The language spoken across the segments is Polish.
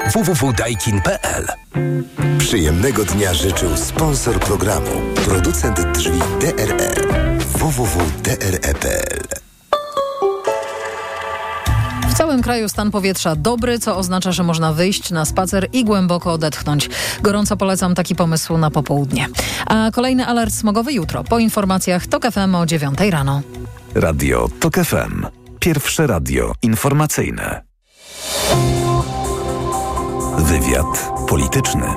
www.daikin.pl. Przyjemnego dnia życzył sponsor programu, producent drzwi DRE. www.dre.pl. W całym kraju stan powietrza dobry, co oznacza, że można wyjść na spacer i głęboko odetchnąć. Gorąco polecam taki pomysł na popołudnie. A kolejny alert smogowy jutro. Po informacjach TOK FM o 9 rano. Radio TOK FM. Pierwsze radio informacyjne. Wywiad polityczny.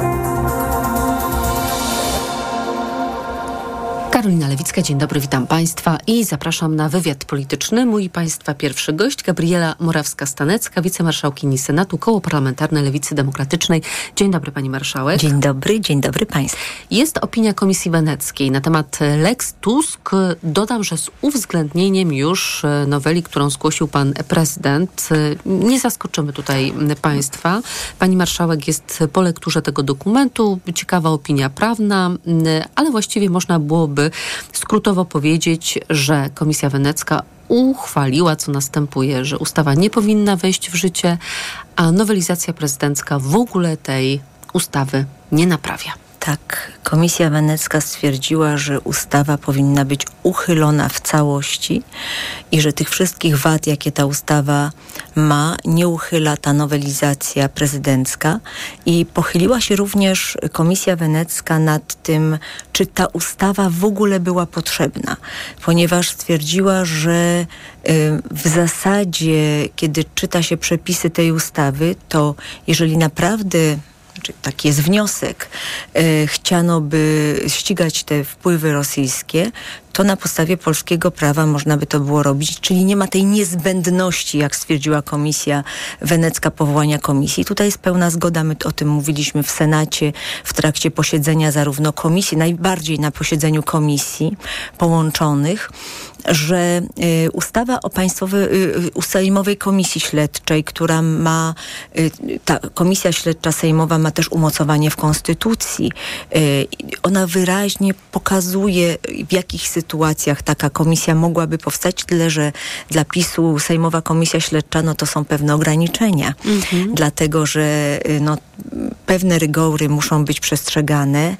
Karolina Lewicka, dzień dobry, witam Państwa i zapraszam na wywiad polityczny. Mój i Państwa pierwszy gość, Gabriela Morawska-Stanecka, wicemarszałkini Senatu, Koło Parlamentarne Lewicy Demokratycznej. Dzień dobry, Pani Marszałek. Dzień dobry Państwu. Jest opinia Komisji Weneckiej na temat Lex Tusk. Dodam, że z uwzględnieniem już noweli, którą zgłosił Pan Prezydent. Nie zaskoczymy tutaj Państwa. Pani Marszałek jest po lekturze tego dokumentu. Ciekawa opinia prawna, ale właściwie można byłoby skrótowo powiedzieć, że Komisja Wenecka uchwaliła, co następuje, że ustawa nie powinna wejść w życie, a nowelizacja prezydencka w ogóle tej ustawy nie naprawia. Tak, Komisja Wenecka stwierdziła, że ustawa powinna być uchylona w całości i że tych wszystkich wad, jakie ta ustawa ma, nie uchyla ta nowelizacja prezydencka. I pochyliła się również Komisja Wenecka nad tym, czy ta ustawa w ogóle była potrzebna, ponieważ stwierdziła, że w zasadzie, kiedy czyta się przepisy tej ustawy, to jeżeli naprawdę, taki jest wniosek, chciano by ścigać te wpływy rosyjskie, to na podstawie polskiego prawa można by to było robić, czyli nie ma tej niezbędności, jak stwierdziła Komisja Wenecka, powołania komisji. Tutaj jest pełna zgoda, my o tym mówiliśmy w Senacie w trakcie posiedzenia zarówno komisji, najbardziej na posiedzeniu komisji połączonych, że ustawa o Sejmowej Komisji Śledczej, która ma, ta Komisja Śledcza Sejmowa ma też umocowanie w Konstytucji. Ona wyraźnie pokazuje, w jakich sytuacjach taka komisja mogłaby powstać, tyle że dla PiS-u Sejmowa Komisja Śledcza, no to są pewne ograniczenia, dlatego że pewne rygory muszą być przestrzegane,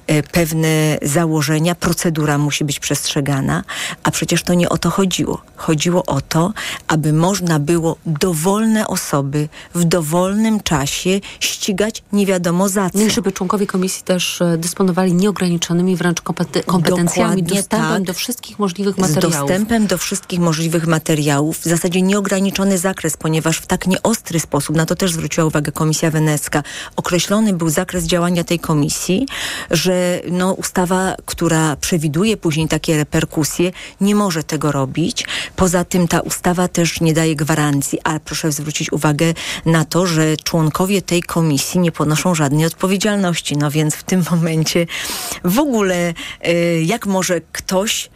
pewne założenia, procedura musi być przestrzegana, a przecież to nie o to chodziło. Chodziło o to, aby można było dowolne osoby w dowolnym czasie ścigać nie wiadomo za co. Żeby członkowie komisji też dysponowali nieograniczonymi wręcz kompetencjami, dostępem do wszystkich możliwych materiałów. Z dostępem do wszystkich możliwych materiałów, w zasadzie nieograniczony zakres, ponieważ w tak nieostry sposób, na to też zwróciła uwagę Komisja Wenecka, określony był zakres działania tej komisji, że ustawa, która przewiduje później takie reperkusje, nie może tego robić. Poza tym ta ustawa też nie daje gwarancji, a proszę zwrócić uwagę na to, że członkowie tej komisji nie ponoszą żadnej odpowiedzialności. No więc w tym momencie w ogóle jak może ktoś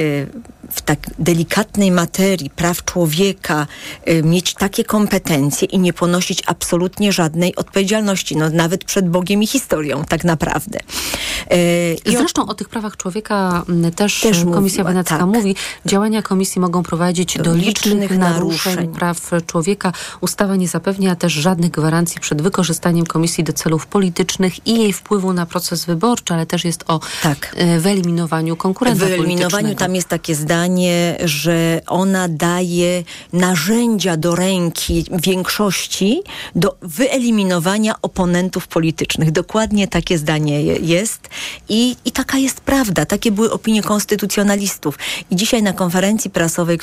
w tak delikatnej materii praw człowieka mieć takie kompetencje i nie ponosić absolutnie żadnej odpowiedzialności, nawet przed Bogiem i historią tak naprawdę. Zresztą o tych prawach człowieka też Komisja Wenecka mówi. Działania komisji mogą prowadzić do licznych naruszeń praw człowieka. Ustawa nie zapewnia też żadnych gwarancji przed wykorzystaniem komisji do celów politycznych i jej wpływu na proces wyborczy, ale też jest o wyeliminowaniu konkurenta politycznego. Tam jest takie zdanie, że ona daje narzędzia do ręki większości do wyeliminowania oponentów politycznych. Dokładnie takie zdanie jest i taka jest prawda. Takie były opinie konstytucjonalistów. I dzisiaj na konferencji prasowej,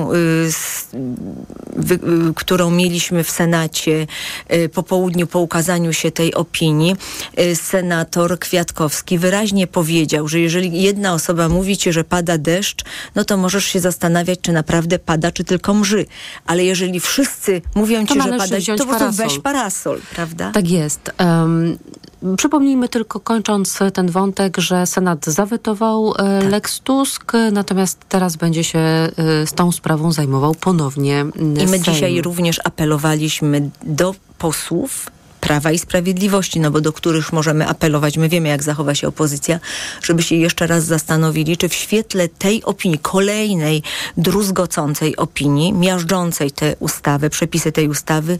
którą mieliśmy w Senacie po południu, po ukazaniu się tej opinii, senator Kwiatkowski wyraźnie powiedział, że jeżeli jedna osoba mówi ci, że pada deszcz, no to możesz się zastanawiać, czy naprawdę pada, czy tylko mrzy. Ale jeżeli wszyscy mówią ci, że pada, to po prostu weź parasol, prawda? Tak jest. Przypomnijmy tylko, kończąc ten wątek, że Senat zawetował Lex Tusk, natomiast teraz będzie się z tą sprawą zajmował ponownie I my Sejm. dzisiaj również apelowaliśmy do posłów Prawa i Sprawiedliwości, no bo do których możemy apelować, my wiemy, jak zachowa się opozycja, żeby się jeszcze raz zastanowili, czy w świetle tej opinii, kolejnej druzgocącej opinii, miażdżącej tę ustawę, przepisy tej ustawy,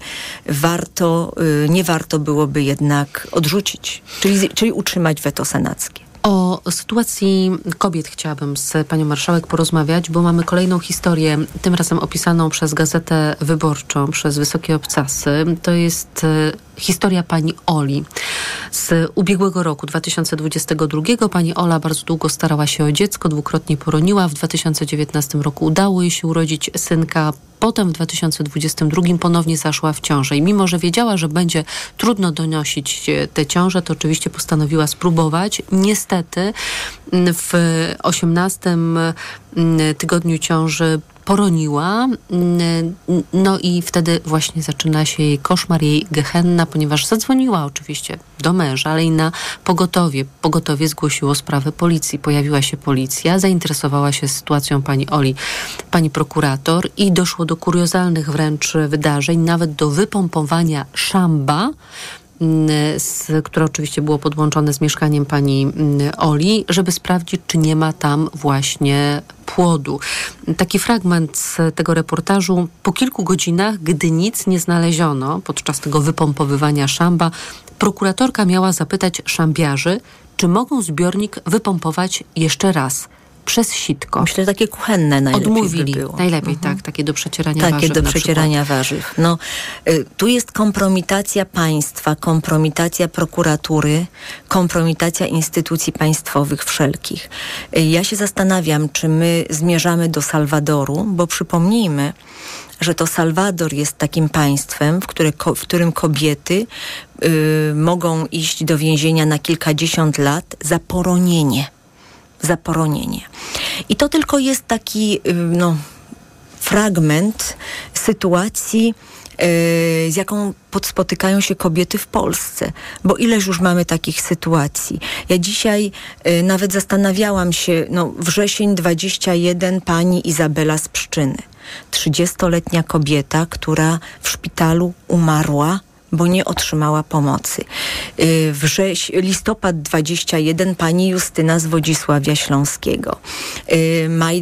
nie warto byłoby jednak odrzucić, czyli utrzymać weto senackie. O sytuacji kobiet chciałabym z panią marszałek porozmawiać, bo mamy kolejną historię, tym razem opisaną przez Gazetę Wyborczą, przez Wysokie Obcasy. To jest historia pani Oli z ubiegłego roku, 2022. Pani Ola bardzo długo starała się o dziecko, dwukrotnie poroniła. W 2019 roku udało jej się urodzić synka. Potem w 2022 ponownie zaszła w ciążę i mimo, że wiedziała, że będzie trudno donosić tę ciążę, to oczywiście postanowiła spróbować. Niestety w 18 tygodniu ciąży poroniła, no i wtedy właśnie zaczyna się jej koszmar, jej gehenna, ponieważ zadzwoniła oczywiście do męża, ale i na pogotowie. Pogotowie zgłosiło sprawę policji. Pojawiła się policja, zainteresowała się sytuacją pani Oli, pani prokurator i doszło do kuriozalnych wręcz wydarzeń, nawet do wypompowania szamba, które oczywiście było podłączone z mieszkaniem pani Oli, żeby sprawdzić, czy nie ma tam właśnie płodu. Taki fragment z tego reportażu. Po kilku godzinach, gdy nic nie znaleziono podczas tego wypompowywania szamba, prokuratorka miała zapytać szambiarzy, czy mogą zbiornik wypompować jeszcze raz. Przez sitko. Myślę, że takie kuchenne najlepiej odmówili. by było. Najlepiej, tak. Takie do przecierania warzyw. Takie do przecierania warzyw. No, tu jest kompromitacja państwa, kompromitacja prokuratury, kompromitacja instytucji państwowych wszelkich. Ja się zastanawiam, czy my zmierzamy do Salwadoru, bo przypomnijmy, że to Salwador jest takim państwem, w którym kobiety mogą iść do więzienia na kilkadziesiąt lat za poronienie. I to tylko jest taki fragment sytuacji, z jaką spotykają się kobiety w Polsce. Bo ileż już mamy takich sytuacji. Ja dzisiaj nawet zastanawiałam się, wrzesień 21, pani Izabela z Pszczyny. 30-letnia kobieta, która w szpitalu umarła, bo nie otrzymała pomocy. Listopad 21 pani Justyna z Wodzisławia Śląskiego. Maj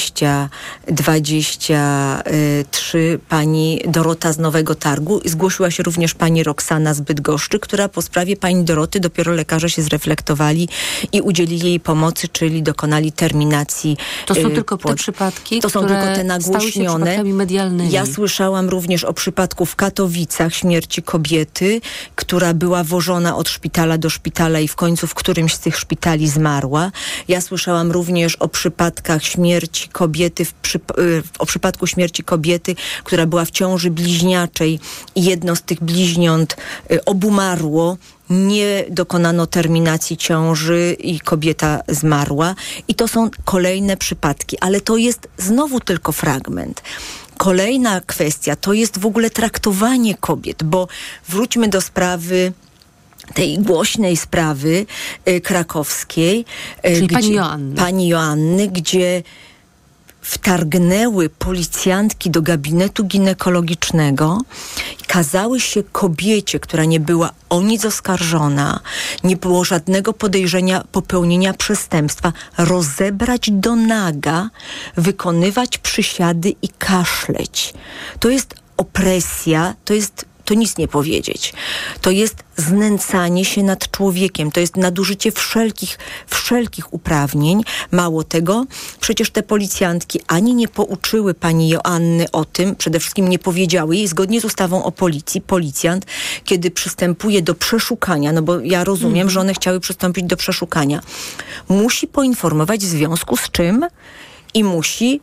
23 pani Dorota z Nowego Targu. Zgłosiła się również pani Roxana z Bydgoszczy, która po sprawie pani Doroty dopiero lekarze się zreflektowali i udzielili jej pomocy, czyli dokonali terminacji. To są tylko te przypadki, to są tylko te nagłośnione. Stały się przypadkami medialnymi. Ja słyszałam również o przypadku w Katowicach śmierci kobiety, która była wożona od szpitala do szpitala i w końcu w którymś z tych szpitali zmarła. Ja słyszałam również o przypadkach śmierci kobiety, o przypadku śmierci kobiety, która była w ciąży bliźniaczej i jedno z tych bliźniąt obumarło. Nie dokonano terminacji ciąży i kobieta zmarła. I to są kolejne przypadki, ale to jest znowu tylko fragment. Kolejna kwestia to jest w ogóle traktowanie kobiet, bo wróćmy do sprawy, tej głośnej sprawy krakowskiej. Czyli pani Joanny, gdzie wtargnęły policjantki do gabinetu ginekologicznego i kazały się kobiecie, która nie była o nic oskarżona, nie było żadnego podejrzenia popełnienia przestępstwa, rozebrać do naga, wykonywać przysiady i kaszleć. To jest opresja, to nic nie powiedzieć. To jest znęcanie się nad człowiekiem. To jest nadużycie wszelkich uprawnień. Mało tego, przecież te policjantki ani nie pouczyły pani Joanny o tym, przede wszystkim nie powiedziały jej, zgodnie z ustawą o policji, policjant, kiedy przystępuje do przeszukania, no bo ja rozumiem, że one chciały przystąpić do przeszukania, musi poinformować w związku z czym i musi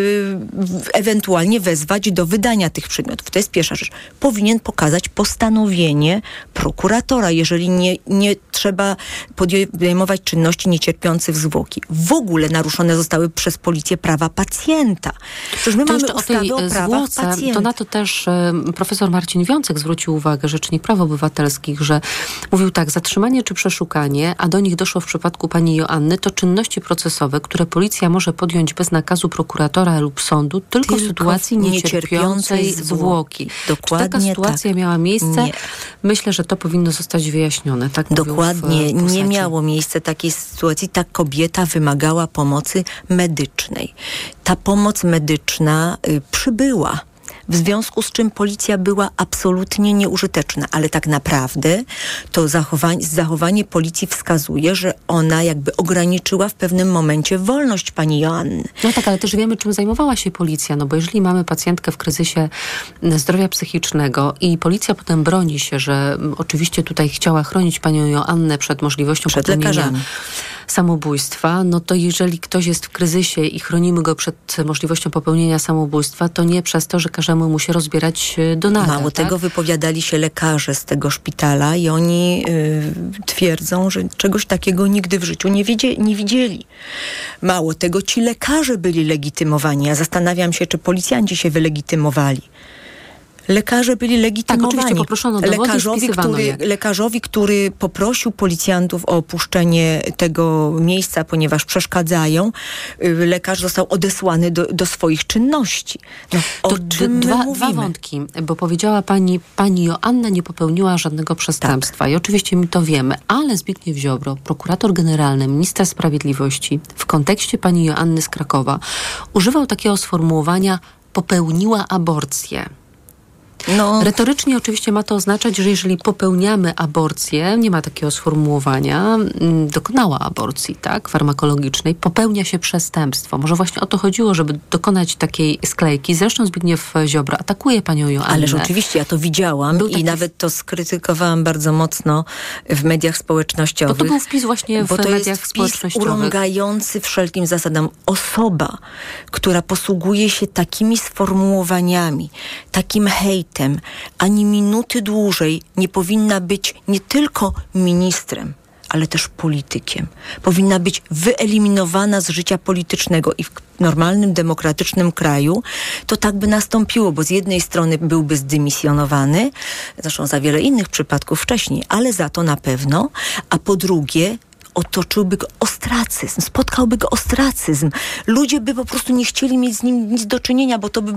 ewentualnie wezwać do wydania tych przedmiotów. To jest pierwsza rzecz. Powinien pokazać postanowienie prokuratora, jeżeli nie trzeba podejmować czynności niecierpiących zwłoki. W ogóle naruszone zostały przez policję prawa pacjenta. Przecież my mamy ustawę o prawach pacjenta. To na to też profesor Marcin Wiącek zwrócił uwagę, rzecznik praw obywatelskich, że mówił tak, zatrzymanie czy przeszukanie, a do nich doszło w przypadku pani Joanny, to czynności procesowe, które policja może podjąć bez nakazu prokuratora prokuratora lub sądu, tylko w sytuacji niecierpiącej zwłoki. Dokładnie. Czy taka sytuacja miała miejsce? Nie. Myślę, że to powinno zostać wyjaśnione. Tak Dokładnie. Nie miało miejsca takiej sytuacji. Ta kobieta wymagała pomocy medycznej. Ta pomoc medyczna przybyła. W związku z czym policja była absolutnie nieużyteczna, ale tak naprawdę to zachowanie policji wskazuje, że ona jakby ograniczyła w pewnym momencie wolność pani Joanny. No tak, ale też wiemy, czym zajmowała się policja, no bo jeżeli mamy pacjentkę w kryzysie zdrowia psychicznego i policja potem broni się, że oczywiście tutaj chciała chronić panią Joannę przed możliwością popełnienia samobójstwa, no to jeżeli ktoś jest w kryzysie i chronimy go przed możliwością popełnienia samobójstwa, to nie przez to, że każemy mu się rozbierać do naga. Mało tego, wypowiadali się lekarze z tego szpitala i oni twierdzą, że czegoś takiego nigdy w życiu nie widzieli. Mało tego, ci lekarze byli legitymowani. Ja zastanawiam się, czy policjanci się wylegitymowali. Lekarze byli legitymowani. Tak, oczywiście poproszono dowody, lekarzowi, który poprosił policjantów o opuszczenie tego miejsca, ponieważ przeszkadzają, lekarz został odesłany do swoich czynności. No, to dwa wątki, bo powiedziała pani Joanna nie popełniła żadnego przestępstwa. Tak. I oczywiście my to wiemy, ale Zbigniew Ziobro, prokurator generalny, minister sprawiedliwości, w kontekście pani Joanny z Krakowa używał takiego sformułowania popełniła aborcję. No. Retorycznie oczywiście ma to oznaczać, że jeżeli popełniamy aborcję, nie ma takiego sformułowania, dokonała aborcji, tak, farmakologicznej, popełnia się przestępstwo. Może właśnie o to chodziło, żeby dokonać takiej sklejki. Zresztą Zbigniew Ziobro atakuje panią Joannę. Ależ oczywiście, ja to widziałam i nawet to skrytykowałam bardzo mocno w mediach społecznościowych. Bo to był wpis właśnie w mediach społecznościowych. Urągający wszelkim zasadom. Osoba, która posługuje się takimi sformułowaniami, takim hejtem, ani minuty dłużej nie powinna być nie tylko ministrem, ale też politykiem. Powinna być wyeliminowana z życia politycznego i w normalnym, demokratycznym kraju to tak by nastąpiło, bo z jednej strony byłby zdymisjonowany, zresztą za wiele innych przypadków wcześniej, ale za to na pewno, a po drugie otoczyłby go ostracyzm, spotkałby go ostracyzm. Ludzie by po prostu nie chcieli mieć z nim nic do czynienia, bo to by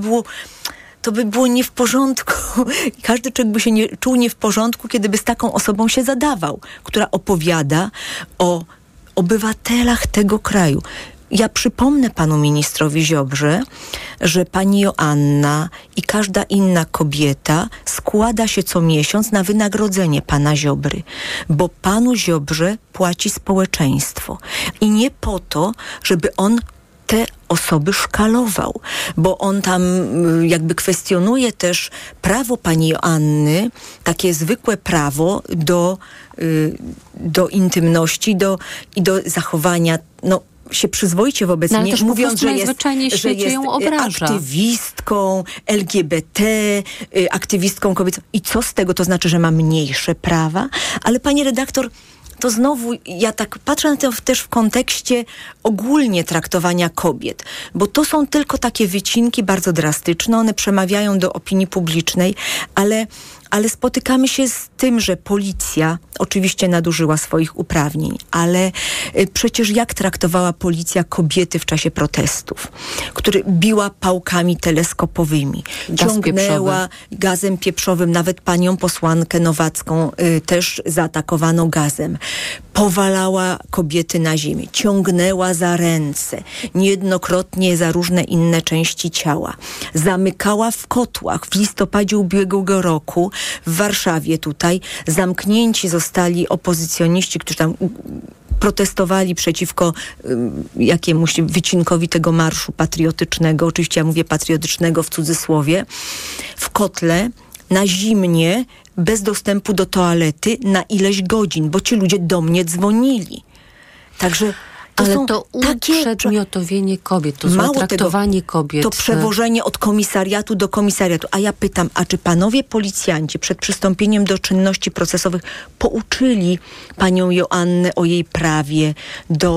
było nie w porządku. Każdy człowiek by się czuł nie w porządku, kiedy by z taką osobą się zadawał, która opowiada o obywatelach tego kraju. Ja przypomnę panu ministrowi Ziobrze, że pani Joanna i każda inna kobieta składa się co miesiąc na wynagrodzenie pana Ziobry, bo panu Ziobrze płaci społeczeństwo. I nie po to, żeby on te osoby szkalował, bo on tam jakby kwestionuje też prawo pani Joanny, takie zwykłe prawo do intymności i do zachowania, się przyzwoicie wobec niej, mówiąc, że jest aktywistką LGBT, aktywistką kobiecą. I co z tego? To znaczy, że ma mniejsze prawa? Ale pani redaktor, to znowu ja tak patrzę na to też w kontekście ogólnie traktowania kobiet, bo to są tylko takie wycinki bardzo drastyczne, one przemawiają do opinii publicznej, ale spotykamy się z tym, że policja oczywiście nadużyła swoich uprawnień, ale przecież jak traktowała policja kobiety w czasie protestów, który biła pałkami teleskopowymi, ciągnęła gazem pieprzowym, nawet panią posłankę Nowacką też zaatakowano gazem, powalała kobiety na ziemię, ciągnęła za ręce, niejednokrotnie za różne inne części ciała, zamykała w kotłach. W listopadzie ubiegłego roku w Warszawie tutaj zamknięci zostali opozycjoniści, którzy tam protestowali przeciwko jakiemuś wycinkowi tego marszu patriotycznego, oczywiście ja mówię patriotycznego w cudzysłowie, w kotle na zimnie, bez dostępu do toalety na ileś godzin, bo ci ludzie do mnie dzwonili. Także ale to uprzedmiotowienie kobiet, to złe traktowanie kobiet. To przewożenie od komisariatu do komisariatu. A ja pytam, a czy panowie policjanci przed przystąpieniem do czynności procesowych pouczyli panią Joannę o jej prawie do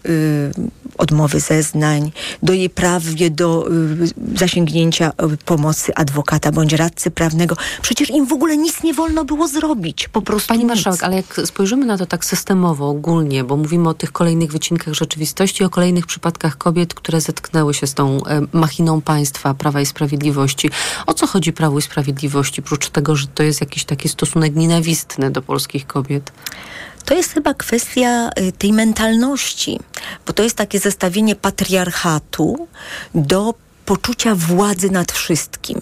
odmowy zeznań, do jej prawie do zasięgnięcia pomocy adwokata bądź radcy prawnego. Przecież im w ogóle nic nie wolno było zrobić. Po prostu Pani nic. marszałek, ale jak spojrzymy na to tak systemowo, ogólnie, bo mówimy o tych kolejnych wycinkach rzeczywistości, o kolejnych przypadkach kobiet, które zetknęły się z tą machiną państwa, Prawa i Sprawiedliwości. O co chodzi Prawu i Sprawiedliwości, prócz tego, że to jest jakiś taki stosunek nienawistny do polskich kobiet? To jest chyba kwestia tej mentalności, bo to jest takie zestawienie patriarchatu do poczucia władzy nad wszystkim.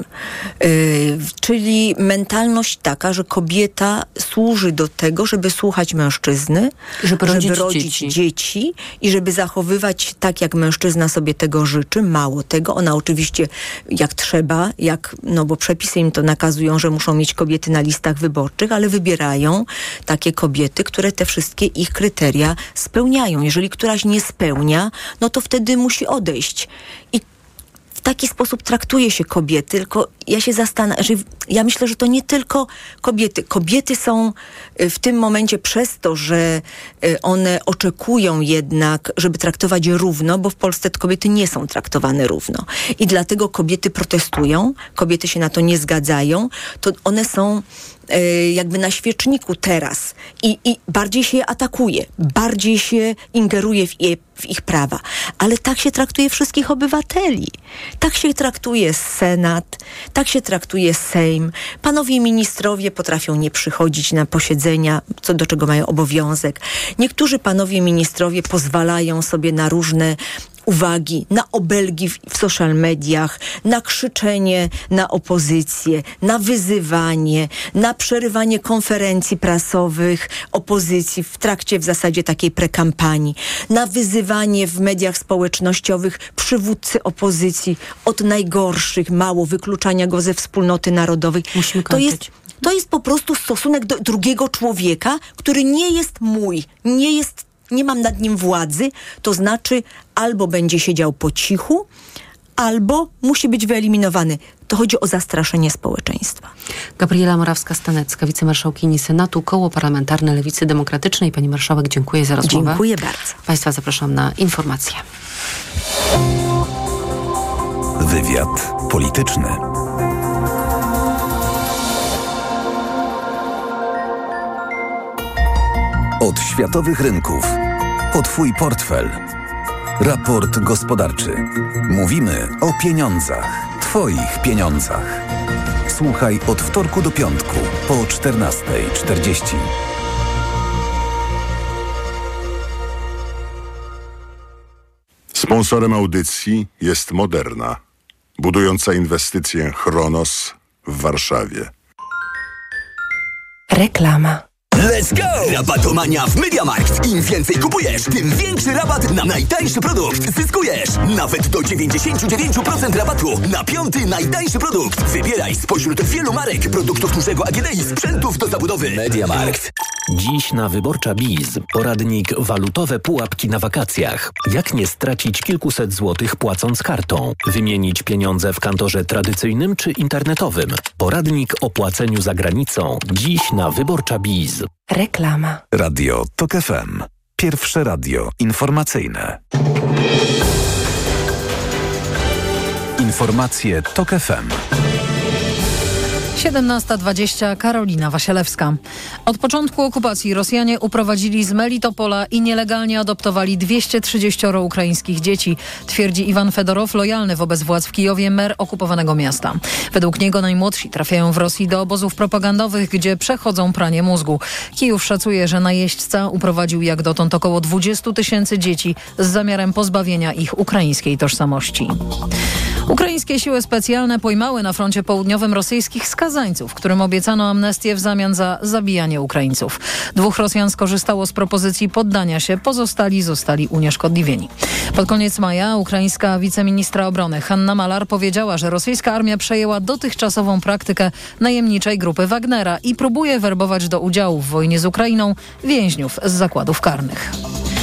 Czyli mentalność taka, że kobieta służy do tego, żeby słuchać mężczyzny, żeby rodzić dzieci i żeby zachowywać tak, jak mężczyzna sobie tego życzy. Mało tego, ona oczywiście jak trzeba, bo przepisy im to nakazują, że muszą mieć kobiety na listach wyborczych, ale wybierają takie kobiety, które te wszystkie ich kryteria spełniają. Jeżeli któraś nie spełnia, no to wtedy musi odejść. I w taki sposób traktuje się kobiety, tylko ja się zastanawiam, ja myślę, że to nie tylko kobiety. Kobiety są w tym momencie przez to, że one oczekują jednak, żeby traktować je równo, bo w Polsce kobiety nie są traktowane równo. I dlatego kobiety protestują, kobiety się na to nie zgadzają, to one są jakby na świeczniku teraz i bardziej się je atakuje, bardziej się ingeruje w ich prawa. Ale tak się traktuje wszystkich obywateli. Tak się traktuje Senat, tak się traktuje Sejm. Panowie ministrowie potrafią nie przychodzić na posiedzenia, co do czego mają obowiązek. Niektórzy panowie ministrowie pozwalają sobie na różne uwagi, na obelgi w social mediach, na krzyczenie na opozycję, na wyzywanie, na przerywanie konferencji prasowych opozycji w trakcie w zasadzie takiej prekampanii, na wyzywanie w mediach społecznościowych przywódcy opozycji od najgorszych, mało wykluczania go ze wspólnoty narodowej. Musimy kończyć. To jest po prostu stosunek do drugiego człowieka, który nie jest mój, nie mam nad nim władzy, to znaczy albo będzie siedział po cichu, albo musi być wyeliminowany. To chodzi o zastraszenie społeczeństwa. Gabriela Morawska-Stanecka, wicemarszałkini Senatu, Koło Parlamentarne Lewicy Demokratycznej. Pani marszałek, dziękuję za rozmowę. Dziękuję bardzo. Państwa zapraszam na informacje. Wywiad polityczny. Od światowych rynków po Twój portfel. Raport gospodarczy. Mówimy o pieniądzach. Twoich pieniądzach. Słuchaj od wtorku do piątku po 14:40. Sponsorem audycji jest Moderna, budująca inwestycję Chronos w Warszawie. Reklama. Let's go! Rabatomania w MediaMarkt. Im więcej kupujesz, tym większy rabat na najtańszy produkt zyskujesz. Nawet do 99% rabatu na 5. najtańszy produkt. Wybieraj spośród wielu marek, produktów dużego AGD i sprzętów do zabudowy. MediaMarkt. Dziś na Wyborcza Biz poradnik walutowe pułapki na wakacjach. Jak nie stracić kilkuset złotych płacąc kartą? Wymienić pieniądze w kantorze tradycyjnym czy internetowym? Poradnik o płaceniu za granicą. Dziś na Wyborcza Biz. Reklama. Radio TOK FM. Pierwsze radio informacyjne. Informacje TOK FM. 17:20, Karolina Wasielewska. Od początku okupacji Rosjanie uprowadzili z Melitopola i nielegalnie adoptowali 230 ukraińskich dzieci, twierdzi Iwan Fedorow, lojalny wobec władz w Kijowie mer okupowanego miasta. Według niego najmłodsi trafiają w Rosji do obozów propagandowych, gdzie przechodzą pranie mózgu. Kijów szacuje, że najeźdźca uprowadził jak dotąd około 20 000 dzieci z zamiarem pozbawienia ich ukraińskiej tożsamości. Ukraińskie siły specjalne pojmały na froncie południowym rosyjskich skazańców, którym obiecano amnestię w zamian za zabijanie Ukraińców. 2 Rosjan skorzystało z propozycji poddania się, pozostali zostali unieszkodliwieni. Pod koniec maja ukraińska wiceministra obrony Hanna Malar powiedziała, że rosyjska armia przejęła dotychczasową praktykę najemniczej grupy Wagnera i próbuje werbować do udziału w wojnie z Ukrainą więźniów z zakładów karnych.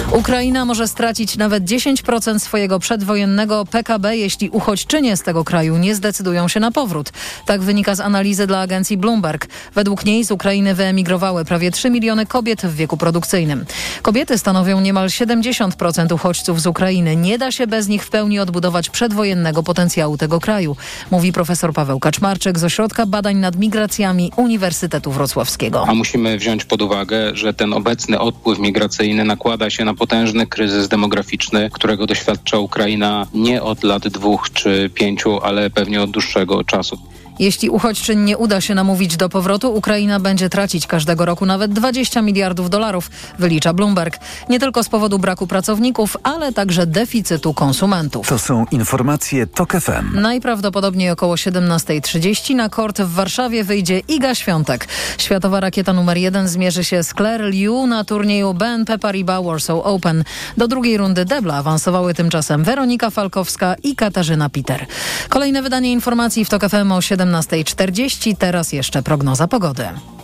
Ukraina może stracić nawet 10% swojego przedwojennego PKB, jeśli uchodźczynie z tego kraju nie zdecydują się na powrót. Tak wynika z analizy dla agencji Bloomberg. Według niej z Ukrainy wyemigrowały prawie 3 miliony kobiet w wieku produkcyjnym. Kobiety stanowią niemal 70% uchodźców z Ukrainy. Nie da się bez nich w pełni odbudować przedwojennego potencjału tego kraju, mówi profesor Paweł Kaczmarczyk z Ośrodka Badań nad Migracjami Uniwersytetu Wrocławskiego. A musimy wziąć pod uwagę, że ten obecny odpływ migracyjny nakłada się na potężny kryzys demograficzny, którego doświadcza Ukraina nie od lat 2 czy 5, ale pewnie od dłuższego czasu. Jeśli uchodźczyń nie uda się namówić do powrotu, Ukraina będzie tracić każdego roku nawet $20 miliardów, wylicza Bloomberg. Nie tylko z powodu braku pracowników, ale także deficytu konsumentów. To są informacje TOK FM. Najprawdopodobniej około 17:30 na kort w Warszawie wyjdzie Iga Świątek. Światowa rakieta numer 1 zmierzy się z Claire Liu na turnieju BNP Paribas Warsaw Open. Do drugiej rundy debla awansowały tymczasem Weronika Falkowska i Katarzyna Piter. Kolejne wydanie informacji w TOK FM o 17:40. Teraz jeszcze prognoza pogody.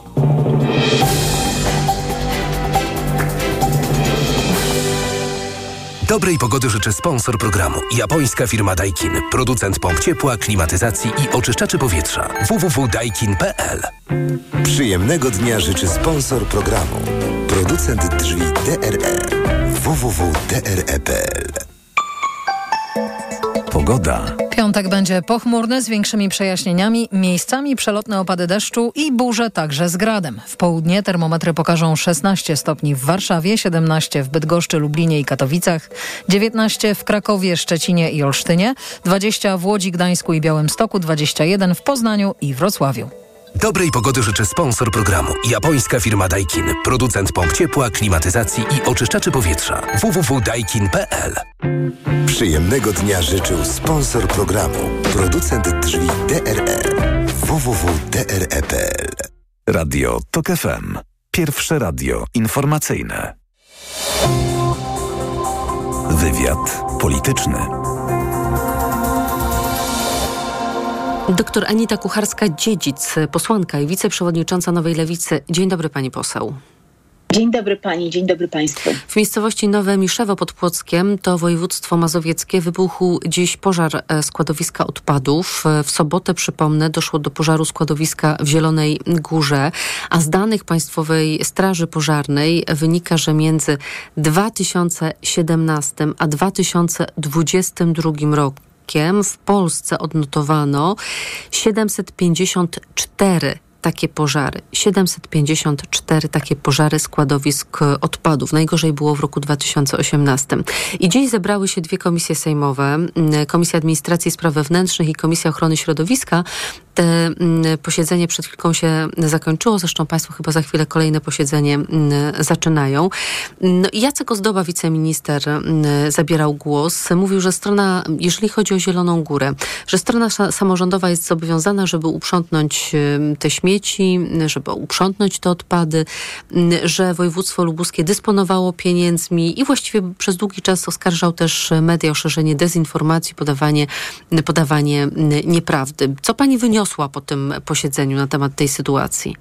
Dobrej pogody życzy sponsor programu. Japońska firma Daikin. Producent pomp ciepła, klimatyzacji i oczyszczaczy powietrza. www.daikin.pl. Przyjemnego dnia życzy sponsor programu. Producent drzwi DRE. www.dre.pl. Pogoda. Piątek będzie pochmurny z większymi przejaśnieniami, miejscami przelotne opady deszczu i burze także z gradem. W południe termometry pokażą 16 stopni w Warszawie, 17 w Bydgoszczy, Lublinie i Katowicach, 19 w Krakowie, Szczecinie i Olsztynie, 20 w Łodzi, Gdańsku i Białymstoku, 21 w Poznaniu i Wrocławiu. Dobrej pogody życzy sponsor programu. Japońska firma Daikin. Producent pomp ciepła, klimatyzacji i oczyszczaczy powietrza. www.daikin.pl. Przyjemnego dnia życzył sponsor programu. Producent drzwi DRE. www.dre.pl. Radio TOK FM. Pierwsze radio informacyjne. Wywiad polityczny. Doktor Anita Kucharska-Dziedzic, posłanka i wiceprzewodnicząca Nowej Lewicy. Dzień dobry pani poseł. Dzień dobry pani, dzień dobry państwu. W miejscowości Nowe Miszewo pod Płockiem, to województwo mazowieckie, wybuchł dziś pożar składowiska odpadów. W sobotę, przypomnę, doszło do pożaru składowiska w Zielonej Górze, a z danych Państwowej Straży Pożarnej wynika, że między 2017 a 2022 rokiem w Polsce odnotowano 754 takie pożary. 754 takie pożary składowisk odpadów. Najgorzej było w roku 2018. I dziś zebrały się dwie komisje sejmowe. Komisja Administracji i Spraw Wewnętrznych i Komisja Ochrony Środowiska. Te posiedzenie przed chwilką się zakończyło. Zresztą państwo chyba za chwilę kolejne posiedzenie zaczynają. No i Jacek Ozdoba, wiceminister, zabierał głos. Mówił, że strona, jeżeli chodzi o Zieloną Górę, że strona samorządowa jest zobowiązana, żeby uprzątnąć te śmieci, żeby uprzątnąć te odpady, że województwo lubuskie dysponowało pieniędzmi i właściwie przez długi czas oskarżał też media o szerzenie dezinformacji, podawanie nieprawdy. Co pani wyniosła po tym posiedzeniu na temat tej sytuacji?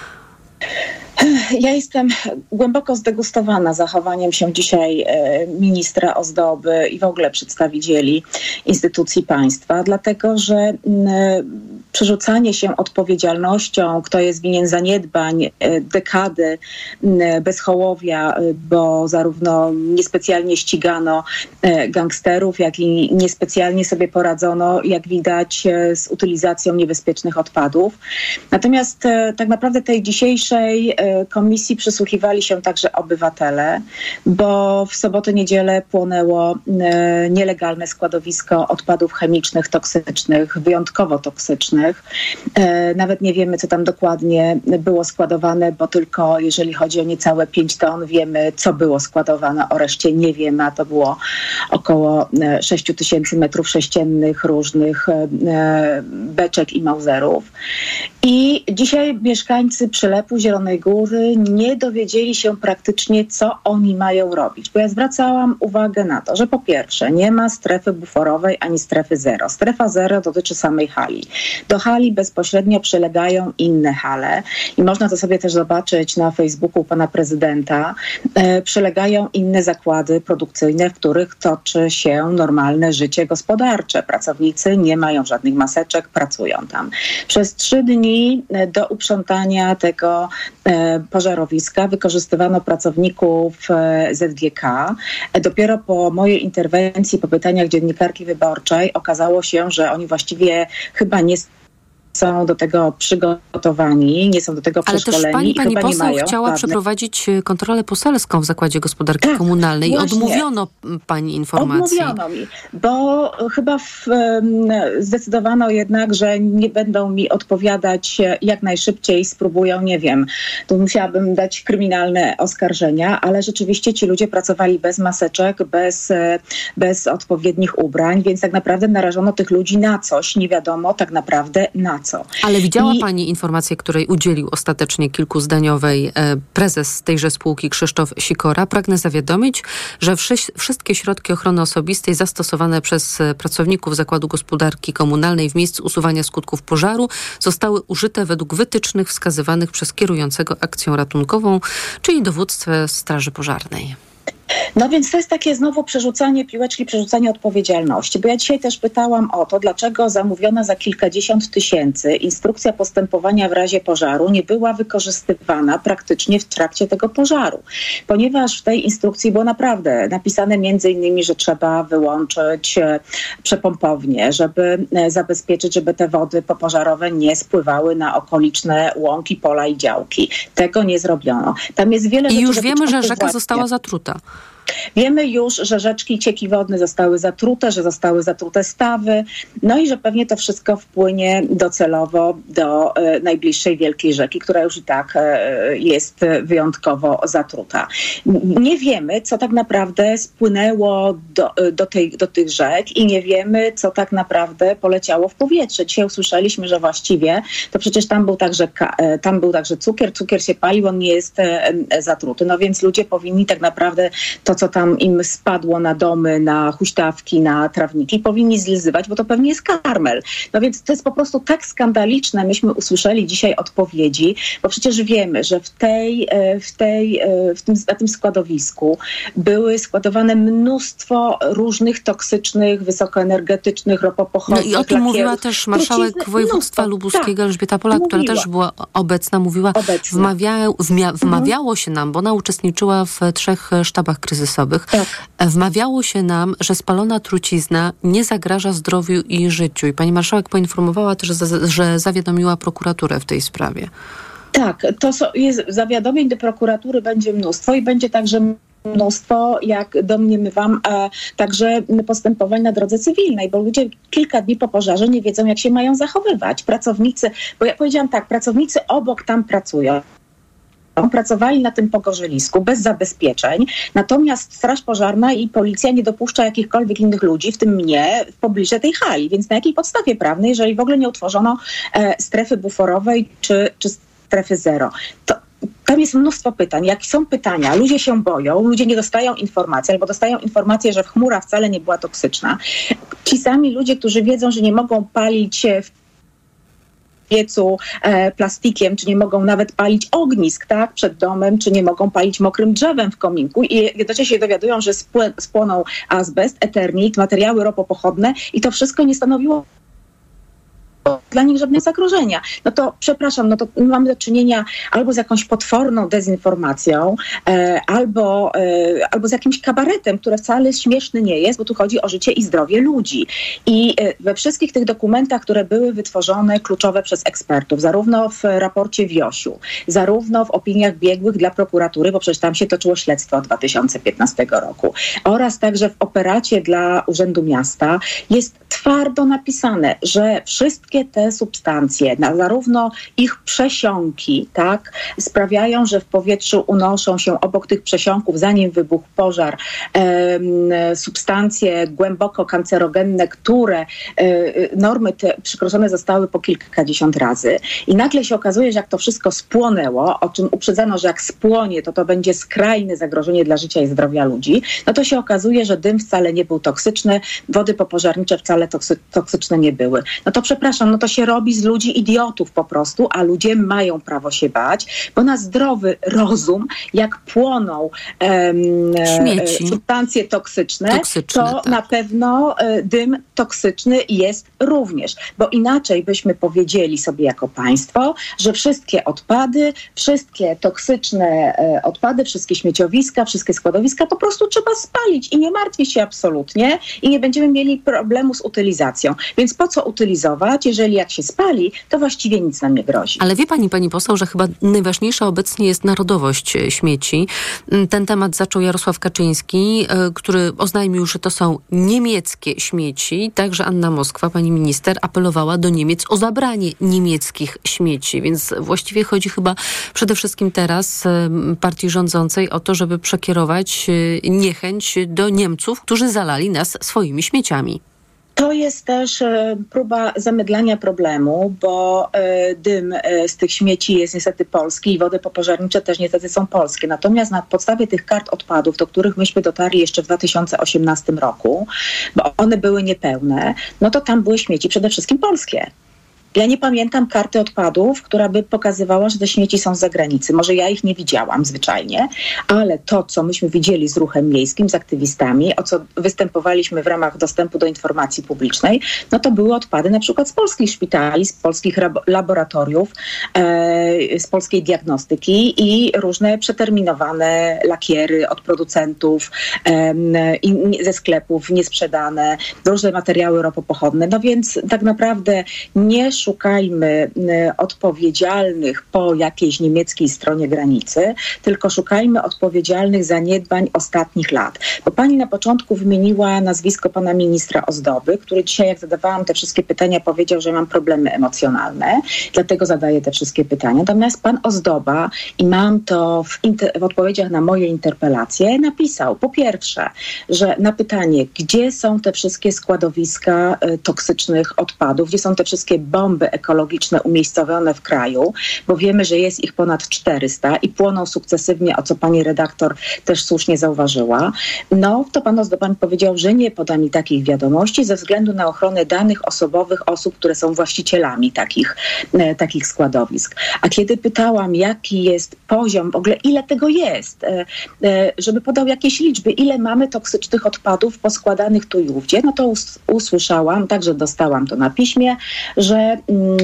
Ja jestem głęboko zdegustowana zachowaniem się dzisiaj ministra Ozdoby i w ogóle przedstawicieli instytucji państwa, dlatego że przerzucanie się odpowiedzialnością, kto jest winien zaniedbań, dekady bezhołowia, bo zarówno niespecjalnie ścigano gangsterów, jak i niespecjalnie sobie poradzono, jak widać, z utylizacją niebezpiecznych odpadów. Natomiast tak naprawdę tej dzisiejszej komisji przysłuchiwali się także obywatele, bo w sobotę, niedzielę płonęło nielegalne składowisko odpadów chemicznych, toksycznych, wyjątkowo toksycznych. Nawet nie wiemy, co tam dokładnie było składowane, bo tylko jeżeli chodzi o niecałe 5 ton, wiemy, co było składowane, o reszcie nie wiemy, a to było około 6 000 metrów sześciennych różnych beczek i mauzerów. I dzisiaj mieszkańcy Przylepu, Zielonej Góry nie dowiedzieli się praktycznie, co oni mają robić. Bo ja zwracałam uwagę na to, że po pierwsze nie ma strefy buforowej ani strefy zero. Strefa zero dotyczy samej hali. Do hali bezpośrednio przylegają inne hale i można to sobie też zobaczyć na Facebooku pana prezydenta. Przylegają inne zakłady produkcyjne, w których toczy się normalne życie gospodarcze. Pracownicy nie mają żadnych maseczek, pracują tam. Przez 3 dni do uprzątania tego pożarowiska wykorzystywano pracowników ZGK. Dopiero po mojej interwencji, po pytaniach dziennikarki wyborczej okazało się, że oni właściwie chyba nie są do tego przygotowani, nie są do tego przeszkoleni. Ale też pani poseł chciała żadnych... przeprowadzić kontrolę poselską w Zakładzie Gospodarki Komunalnej i odmówiono pani informacji. Odmówiono mi, bo chyba zdecydowano jednak, że nie będą mi odpowiadać jak najszybciej, spróbują, nie wiem, tu musiałabym dać kryminalne oskarżenia, ale rzeczywiście ci ludzie pracowali bez maseczek, bez odpowiednich ubrań, więc tak naprawdę narażono tych ludzi na coś, nie wiadomo tak naprawdę na co. Ale widziała pani informację, której udzielił ostatecznie kilkuzdaniowej prezes tejże spółki Krzysztof Sikora. Pragnę zawiadomić, że wszystkie środki ochrony osobistej zastosowane przez pracowników Zakładu Gospodarki Komunalnej w miejscu usuwania skutków pożaru zostały użyte według wytycznych wskazywanych przez kierującego akcją ratunkową, czyli dowództwo Straży Pożarnej. No więc to jest takie znowu przerzucanie piłeczki, przerzucanie odpowiedzialności. Bo ja dzisiaj też pytałam o to, dlaczego zamówiona za kilkadziesiąt tysięcy instrukcja postępowania w razie pożaru nie była wykorzystywana praktycznie w trakcie tego pożaru. Ponieważ w tej instrukcji było naprawdę napisane między innymi, że trzeba wyłączyć przepompownię, żeby zabezpieczyć, żeby te wody popożarowe nie spływały na okoliczne łąki, pola i działki. Tego nie zrobiono. Tam jest wiele rzeczy. I już wiemy, że rzeka została zatruta. Wiemy już, że rzeczki, cieki wodne zostały zatrute, że zostały zatrute stawy, no i że pewnie to wszystko wpłynie docelowo do najbliższej wielkiej rzeki, która już i tak jest wyjątkowo zatruta. Nie wiemy, co tak naprawdę spłynęło do tych rzek i nie wiemy, co tak naprawdę poleciało w powietrze. Dzisiaj usłyszeliśmy, że właściwie to przecież tam był także cukier się palił, on nie jest zatruty. No więc ludzie powinni tak naprawdę to, co tam im spadło na domy, na huśtawki, na trawniki, powinni zlizywać, bo to pewnie jest karmel. No więc to jest po prostu tak skandaliczne. Myśmy usłyszeli dzisiaj odpowiedzi, bo przecież wiemy, że na tym składowisku były składowane mnóstwo różnych toksycznych, wysokoenergetycznych, ropopochodnych. No i o tym mówiła też marszałek województwa lubuskiego Elżbieta Polak, która też była obecna, mówiła, wmawiało się nam, bo ona uczestniczyła w 3 sztabach kryzysowych. Tak. Wmawiało się nam, że spalona trucizna nie zagraża zdrowiu i życiu. I pani marszałek poinformowała też, że zawiadomiła prokuraturę w tej sprawie. Tak, zawiadomień do prokuratury będzie mnóstwo i będzie także mnóstwo, jak domniemywam, także postępowań na drodze cywilnej, bo ludzie kilka dni po pożarze nie wiedzą, jak się mają zachowywać. Pracownicy, bo ja powiedziałam tak, pracownicy obok tam pracują. Pracowali na tym pogorzelisku bez zabezpieczeń, natomiast Straż Pożarna i policja nie dopuszcza jakichkolwiek innych ludzi, w tym mnie, w pobliżu tej hali. Więc na jakiej podstawie prawnej, jeżeli w ogóle nie utworzono strefy buforowej czy strefy zero? Tam jest mnóstwo pytań. Jak są pytania, ludzie się boją, ludzie nie dostają informacji, albo dostają informację, że chmura wcale nie była toksyczna. Ci sami ludzie, którzy wiedzą, że nie mogą palić w piecu plastikiem, czy nie mogą nawet palić ognisk, tak, przed domem, czy nie mogą palić mokrym drzewem w kominku i jednocześnie się dowiadują, że spłonął azbest, eternit, materiały ropopochodne i to wszystko nie stanowiło dla nich żadnego zagrożenia. No to przepraszam, no to mamy do czynienia albo z jakąś potworną dezinformacją, albo z jakimś kabaretem, które wcale śmieszny nie jest, bo tu chodzi o życie i zdrowie ludzi. I we wszystkich tych dokumentach, które były wytworzone kluczowe przez ekspertów, zarówno w raporcie WIOŚ-u, zarówno w opiniach biegłych dla prokuratury, bo przecież tam się toczyło śledztwo od 2015 roku, oraz także w operacie dla Urzędu Miasta jest twardo napisane, że wszystkie wszystkie te substancje, zarówno ich przesiąki, tak, sprawiają, że w powietrzu unoszą się obok tych przesiąków, zanim wybuchł pożar, substancje głęboko kancerogenne, które normy te przekroczone zostały po kilkadziesiąt razy. I nagle się okazuje, że jak to wszystko spłonęło, o czym uprzedzano, że jak spłonie, to będzie skrajne zagrożenie dla życia i zdrowia ludzi, no to się okazuje, że dym wcale nie był toksyczny, wody popożarnicze wcale toksyczne nie były. No to przepraszam, no to się robi z ludzi idiotów po prostu, a ludzie mają prawo się bać, bo na zdrowy rozum, jak płoną substancje toksyczne, to tak. Na pewno dym toksyczny jest również, bo inaczej byśmy powiedzieli sobie jako państwo, że wszystkie odpady, wszystkie toksyczne odpady, wszystkie śmieciowiska, wszystkie składowiska po prostu trzeba spalić i nie martwić się absolutnie i nie będziemy mieli problemu z utylizacją. Więc po co utylizować, jeżeli jak się spali, to właściwie nic nam nie grozi. Ale wie pani poseł, że chyba najważniejsza obecnie jest narodowość śmieci. Ten temat zaczął Jarosław Kaczyński, który oznajmił, że to są niemieckie śmieci. Także Anna Moskwa, pani minister, apelowała do Niemiec o zabranie niemieckich śmieci. Więc właściwie chodzi chyba przede wszystkim teraz partii rządzącej o to, żeby przekierować niechęć do Niemców, którzy zalali nas swoimi śmieciami. To jest też próba zamydlania problemu, bo dym z tych śmieci jest niestety polski i wody popożarnicze też niestety są polskie. Natomiast na podstawie tych kart odpadów, do których myśmy dotarli jeszcze w 2018 roku, bo one były niepełne, no to tam były śmieci przede wszystkim polskie. Ja nie pamiętam karty odpadów, która by pokazywała, że te śmieci są z zagranicy. Może ja ich nie widziałam zwyczajnie, ale to, co myśmy widzieli z ruchem miejskim, z aktywistami, o co występowaliśmy w ramach dostępu do informacji publicznej, no to były odpady na przykład z polskich szpitali, z polskich laboratoriów, z polskiej diagnostyki i różne przeterminowane lakiery od producentów ze sklepów, niesprzedane, różne materiały ropopochodne. No więc tak naprawdę nie szukajmy odpowiedzialnych po jakiejś niemieckiej stronie granicy, tylko szukajmy odpowiedzialnych zaniedbań ostatnich lat. Bo pani na początku wymieniła nazwisko pana ministra Ozdoby, który dzisiaj, jak zadawałam te wszystkie pytania, powiedział, że mam problemy emocjonalne, dlatego zadaję te wszystkie pytania. Natomiast pan Ozdoba, i mam to w odpowiedziach na moje interpelacje, napisał po pierwsze, że na pytanie, gdzie są te wszystkie składowiska toksycznych odpadów, gdzie są te wszystkie bomby ekologiczne umiejscowione w kraju, bo wiemy, że jest ich ponad 400 i płoną sukcesywnie, o co pani redaktor też słusznie zauważyła, no to pan Ozdoba powiedział, że nie poda mi takich wiadomości ze względu na ochronę danych osobowych osób, które są właścicielami takich składowisk. A kiedy pytałam, jaki jest poziom, w ogóle ile tego jest, żeby podał jakieś liczby, ile mamy toksycznych odpadów poskładanych tu i ówdzie, no to usłyszałam, także dostałam to na piśmie, że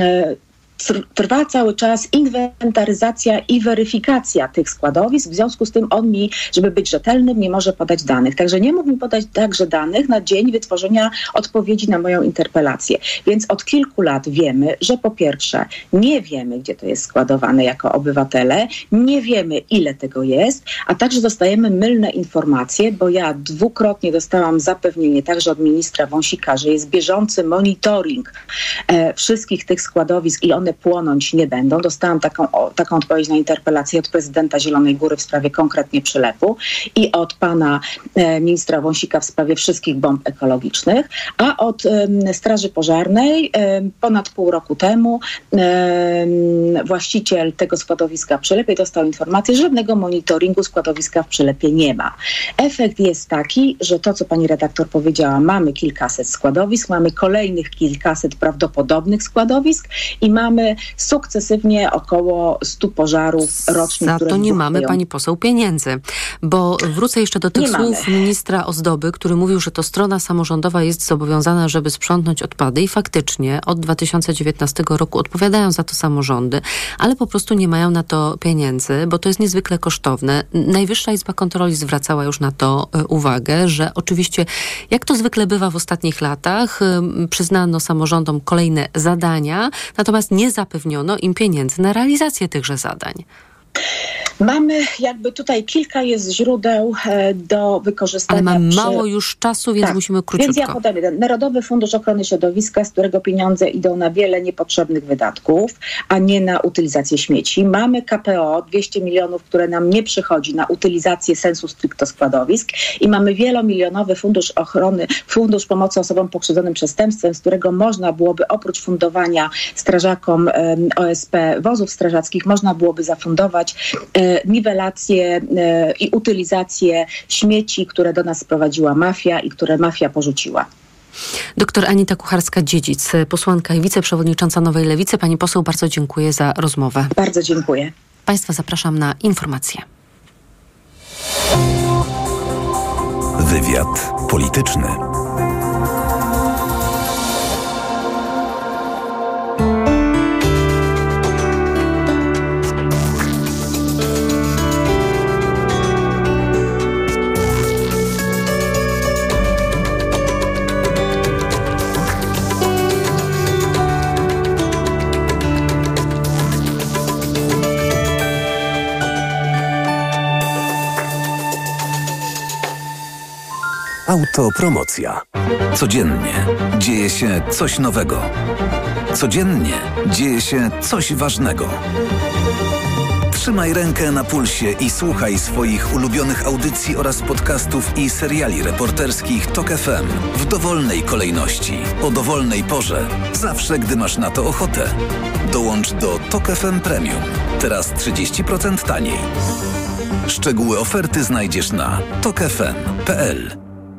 trwa cały czas inwentaryzacja i weryfikacja tych składowisk. W związku z tym on mi, żeby być rzetelnym, nie może podać danych. Także nie mógł mi podać także danych na dzień wytworzenia odpowiedzi na moją interpelację. Więc od kilku lat wiemy, że po pierwsze nie wiemy, gdzie to jest składowane jako obywatele, nie wiemy, ile tego jest, a także dostajemy mylne informacje, bo ja dwukrotnie dostałam zapewnienie także od ministra Wąsika, że jest bieżący monitoring wszystkich tych składowisk i one płonąć nie będą. Dostałam taką odpowiedź na interpelację od prezydenta Zielonej Góry w sprawie konkretnie przylepu i od pana ministra Wąsika w sprawie wszystkich bomb ekologicznych, a od Straży Pożarnej ponad pół roku temu właściciel tego składowiska w Przylepie dostał informację, że żadnego monitoringu składowiska w Przylepie nie ma. Efekt jest taki, że to, co pani redaktor powiedziała, mamy kilkaset składowisk, mamy kolejnych kilkaset prawdopodobnych składowisk i mamy sukcesywnie około 100 pożarów rocznie. Za to nie mamy, pani poseł, pieniędzy. Bo wrócę jeszcze do tych słów ministra Ozdoby, który mówił, że to strona samorządowa jest zobowiązana, żeby sprzątnąć odpady i faktycznie od 2019 roku odpowiadają za to samorządy, ale po prostu nie mają na to pieniędzy, bo to jest niezwykle kosztowne. Najwyższa Izba Kontroli zwracała już na to uwagę, że oczywiście, jak to zwykle bywa w ostatnich latach, przyznano samorządom kolejne zadania, natomiast nie zapewniono im pieniędzy na realizację tychże zadań. Mamy jakby tutaj kilka jest źródeł do wykorzystania. Ale mamy mało już czasu, więc musimy króciutko. Więc ja podam jeden. Narodowy Fundusz Ochrony Środowiska, z którego pieniądze idą na wiele niepotrzebnych wydatków, a nie na utylizację śmieci. Mamy KPO, 200 milionów, które nam nie przychodzi na utylizację sensu stricto składowisk i mamy wielomilionowy Fundusz Pomocy Osobom Pokrzywdzonym Przestępstwem, z którego można byłoby oprócz fundowania strażakom OSP wozów strażackich, można byłoby zafundować niwelację i utylizację śmieci, które do nas sprowadziła mafia i które mafia porzuciła. Doktor Anita Kucharska-Dziedzic, posłanka i wiceprzewodnicząca Nowej Lewicy. Pani poseł, bardzo dziękuję za rozmowę. Bardzo dziękuję. Państwa zapraszam na informacje. Wywiad polityczny. Autopromocja. Codziennie dzieje się coś nowego. Codziennie dzieje się coś ważnego. Trzymaj rękę na pulsie i słuchaj swoich ulubionych audycji oraz podcastów i seriali reporterskich TOK FM w dowolnej kolejności, o dowolnej porze, zawsze gdy masz na to ochotę. Dołącz do TOK FM Premium. Teraz 30% taniej. Szczegóły oferty znajdziesz na tokfm.pl.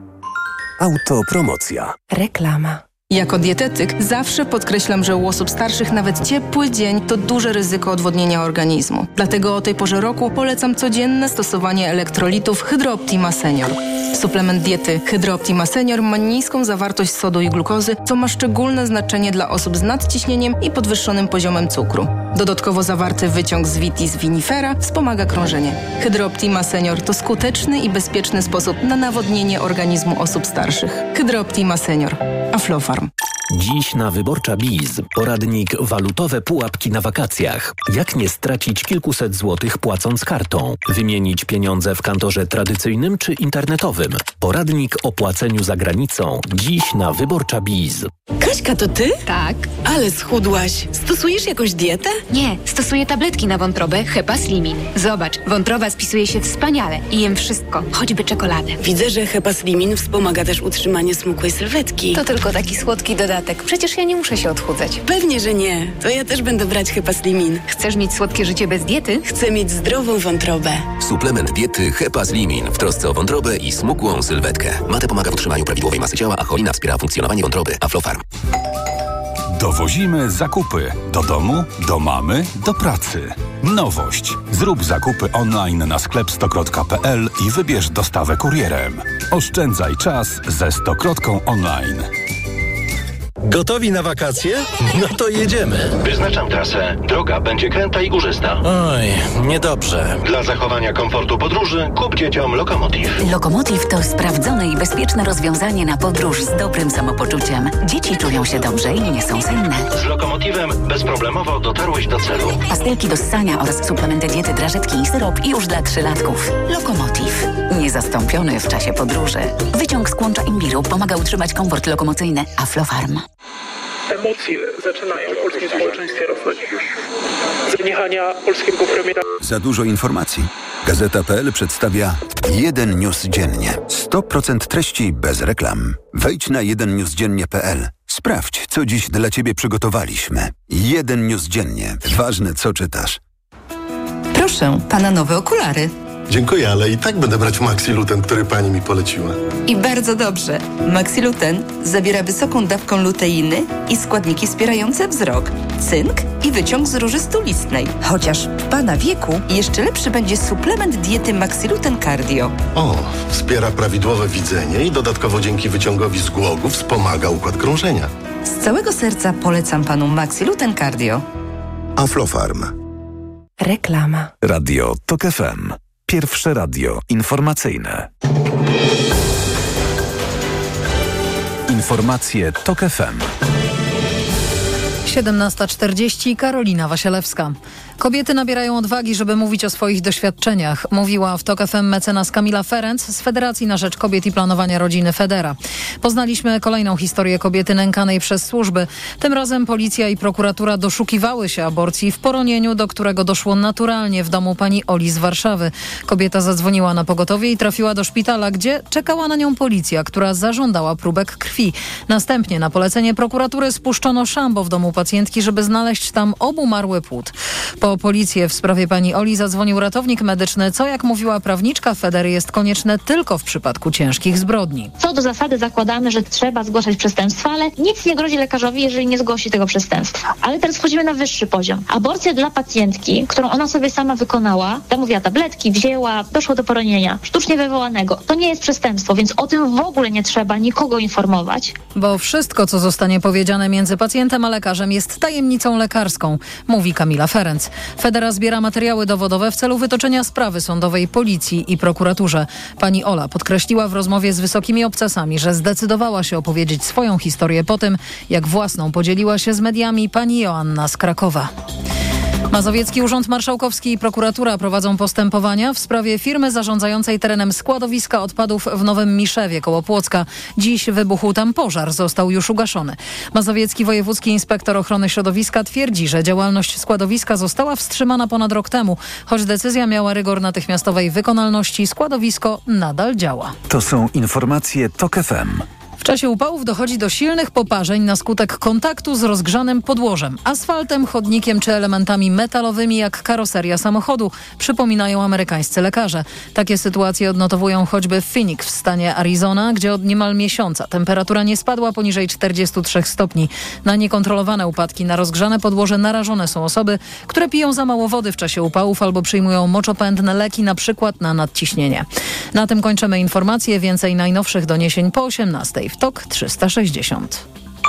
Autopromocja. Reklama. Jako dietetyk zawsze podkreślam, że u osób starszych nawet ciepły dzień to duże ryzyko odwodnienia organizmu. Dlatego o tej porze roku polecam codzienne stosowanie elektrolitów Hydro Optima Senior. Suplement diety Hydro Optima Senior ma niską zawartość sodu i glukozy, co ma szczególne znaczenie dla osób z nadciśnieniem i podwyższonym poziomem cukru. Dodatkowo zawarty wyciąg z Vitis vinifera wspomaga krążenie. Hydro Optima Senior to skuteczny i bezpieczny sposób na nawodnienie organizmu osób starszych. Hydro Optima Senior. Aflofarm. Dziś na Wyborcza Biz poradnik walutowe pułapki na wakacjach. Jak nie stracić kilkuset złotych płacąc kartą? Wymienić pieniądze w kantorze tradycyjnym czy internetowym? Poradnik o płaceniu za granicą. Dziś na Wyborcza Biz. Kaśka, to ty? Tak. Ale schudłaś. Stosujesz jakąś dietę? Nie, stosuję tabletki na wątrobę Hepa Slimin. Zobacz, wątroba spisuje się wspaniale i jem wszystko, choćby czekoladę. Widzę, że Hepa Slimin wspomaga też utrzymanie smukłej sylwetki. To tylko taki słodki dodatek. Przecież ja nie muszę się odchudzać. Pewnie, że nie. To ja też będę brać Hepa Slimin. Chcesz mieć słodkie życie bez diety? Chcę mieć zdrową wątrobę. Suplement diety Hepa Slimin w trosce o wątrobę i smukłą sylwetkę. Mate pomaga w utrzymaniu prawidłowej masy ciała, a cholina wspiera funkcjonowanie wątroby. Aflofarm. Dowozimy zakupy do domu, do mamy, do pracy. Nowość. Zrób zakupy online na sklep100krot.pl i wybierz dostawę kurierem. Oszczędzaj czas ze 100krotką online. Gotowi na wakacje? No to jedziemy. Wyznaczam trasę. Droga będzie kręta i górzysta. Oj, niedobrze. Dla zachowania komfortu podróży kup dzieciom Lokomotiv. Lokomotiv to sprawdzone i bezpieczne rozwiązanie na podróż z dobrym samopoczuciem. Dzieci czują się dobrze i nie są senne. Z Lokomotivem bezproblemowo dotarłeś do celu. Pastelki do ssania oraz suplementy diety, drażetki i syrop już dla 3-latków. Lokomotiv. Niezastąpiony w czasie podróży. Wyciąg z kłącza imbiru pomaga utrzymać komfort lokomocyjny. Aflofarm. Emocje zaczynają w polskim społeczeństwie rosnąć. Zaniechania polskiego premiera. Za dużo informacji. Gazeta.pl przedstawia 1 news dziennie. 100% treści bez reklam. Wejdź na 1newsdziennie.pl. Sprawdź, co dziś dla Ciebie przygotowaliśmy. 1 news dziennie. Ważne, co czytasz. Proszę, Pana nowe okulary. Dziękuję, ale i tak będę brać Maxiluten, który Pani mi poleciła. I bardzo dobrze. Maxiluten zawiera wysoką dawkę luteiny i składniki wspierające wzrok, cynk i wyciąg z róży stulistnej. Chociaż w Pana wieku jeszcze lepszy będzie suplement diety Maxiluten Cardio. O, wspiera prawidłowe widzenie i dodatkowo dzięki wyciągowi z głogu wspomaga układ krążenia. Z całego serca polecam Panu Maxiluten Cardio. Aflofarm. Reklama. Radio TOK FM. Pierwsze radio informacyjne. Informacje TOK FM. 17:40. Karolina Wasielewska. Kobiety nabierają odwagi, żeby mówić o swoich doświadczeniach. Mówiła w TOK FM mecenas Kamila Ferenc z Federacji na Rzecz Kobiet i Planowania Rodziny Federa. Poznaliśmy kolejną historię kobiety nękanej przez służby. Tym razem policja i prokuratura doszukiwały się aborcji w poronieniu, do którego doszło naturalnie w domu pani Oli z Warszawy. Kobieta zadzwoniła na pogotowie i trafiła do szpitala, gdzie czekała na nią policja, która zażądała próbek krwi. Następnie na polecenie prokuratury spuszczono szambo w domu pacjentki, żeby znaleźć tam obumarły płód. Po policję w sprawie pani Oli zadzwonił ratownik medyczny, co jak mówiła prawniczka Federy jest konieczne tylko w przypadku ciężkich zbrodni. Co do zasady zakładamy, że trzeba zgłaszać przestępstwa, ale nic nie grozi lekarzowi, jeżeli nie zgłosi tego przestępstwa. Ale teraz wchodzimy na wyższy poziom. Aborcja dla pacjentki, którą ona sobie sama wykonała, zamówiła tabletki, wzięła, doszło do poronienia sztucznie wywołanego. To nie jest przestępstwo, więc o tym w ogóle nie trzeba nikogo informować. Bo wszystko, co zostanie powiedziane między pacjentem a lekarzem, jest tajemnicą lekarską, mówi Kamila Ferenc. Federa zbiera materiały dowodowe w celu wytoczenia sprawy sądowej policji i prokuraturze. Pani Ola podkreśliła w rozmowie z Wysokimi Obcasami, że zdecydowała się opowiedzieć swoją historię po tym, jak własną podzieliła się z mediami pani Joanna z Krakowa. Mazowiecki Urząd Marszałkowski i prokuratura prowadzą postępowania w sprawie firmy zarządzającej terenem składowiska odpadów w Nowym Miszewie koło Płocka. Dziś wybuchł tam pożar, został już ugaszony. Mazowiecki Wojewódzki Inspektor Ochrony Środowiska twierdzi, że działalność składowiska została wstrzymana ponad rok temu. Choć decyzja miała rygor natychmiastowej wykonalności, składowisko nadal działa. To są informacje TOK FM. W czasie upałów dochodzi do silnych poparzeń na skutek kontaktu z rozgrzanym podłożem, asfaltem, chodnikiem czy elementami metalowymi jak karoseria samochodu, przypominają amerykańscy lekarze. Takie sytuacje odnotowują choćby w Phoenix w stanie Arizona, gdzie od niemal miesiąca temperatura nie spadła poniżej 43 stopni. Na niekontrolowane upadki na rozgrzane podłoże narażone są osoby, które piją za mało wody w czasie upałów albo przyjmują moczopędne leki, na przykład na nadciśnienie. Na tym kończymy informacje. Więcej najnowszych doniesień po 18:00 w TOK 360.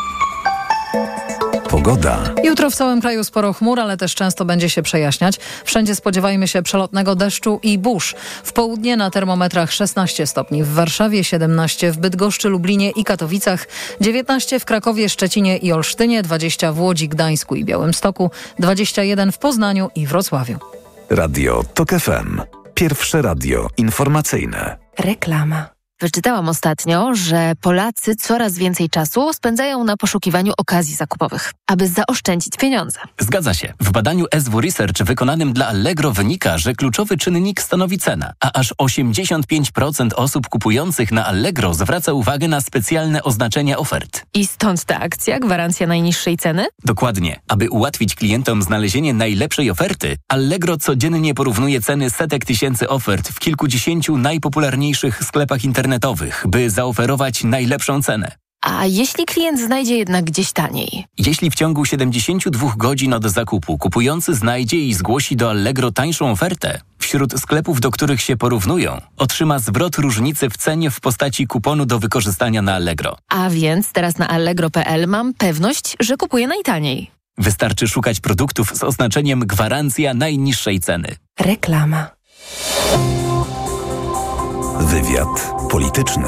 Pogoda. Jutro w całym kraju sporo chmur, ale też często będzie się przejaśniać. Wszędzie spodziewajmy się przelotnego deszczu i burz. W południe na termometrach 16 stopni, w Warszawie 17, w Bydgoszczy, Lublinie i Katowicach, 19 w Krakowie, Szczecinie i Olsztynie, 20 w Łodzi, Gdańsku i Białymstoku, 21 w Poznaniu i Wrocławiu. Radio TOK FM. Pierwsze radio informacyjne. Reklama. Wyczytałam ostatnio, że Polacy coraz więcej czasu spędzają na poszukiwaniu okazji zakupowych, aby zaoszczędzić pieniądze. Zgadza się. W badaniu SW Research wykonanym dla Allegro wynika, że kluczowy czynnik stanowi cena, a aż 85% osób kupujących na Allegro zwraca uwagę na specjalne oznaczenia ofert. I stąd ta akcja, gwarancja najniższej ceny? Dokładnie. Aby ułatwić klientom znalezienie najlepszej oferty, Allegro codziennie porównuje ceny setek tysięcy ofert w kilkudziesięciu najpopularniejszych sklepach internetowych, by zaoferować najlepszą cenę. A jeśli klient znajdzie jednak gdzieś taniej? Jeśli w ciągu 72 godzin od zakupu kupujący znajdzie i zgłosi do Allegro tańszą ofertę, wśród sklepów, do których się porównują, otrzyma zwrot różnicy w cenie w postaci kuponu do wykorzystania na Allegro. A więc teraz na allegro.pl mam pewność, że kupuję najtaniej. Wystarczy szukać produktów z oznaczeniem gwarancja najniższej ceny. Reklama. Wywiad polityczny.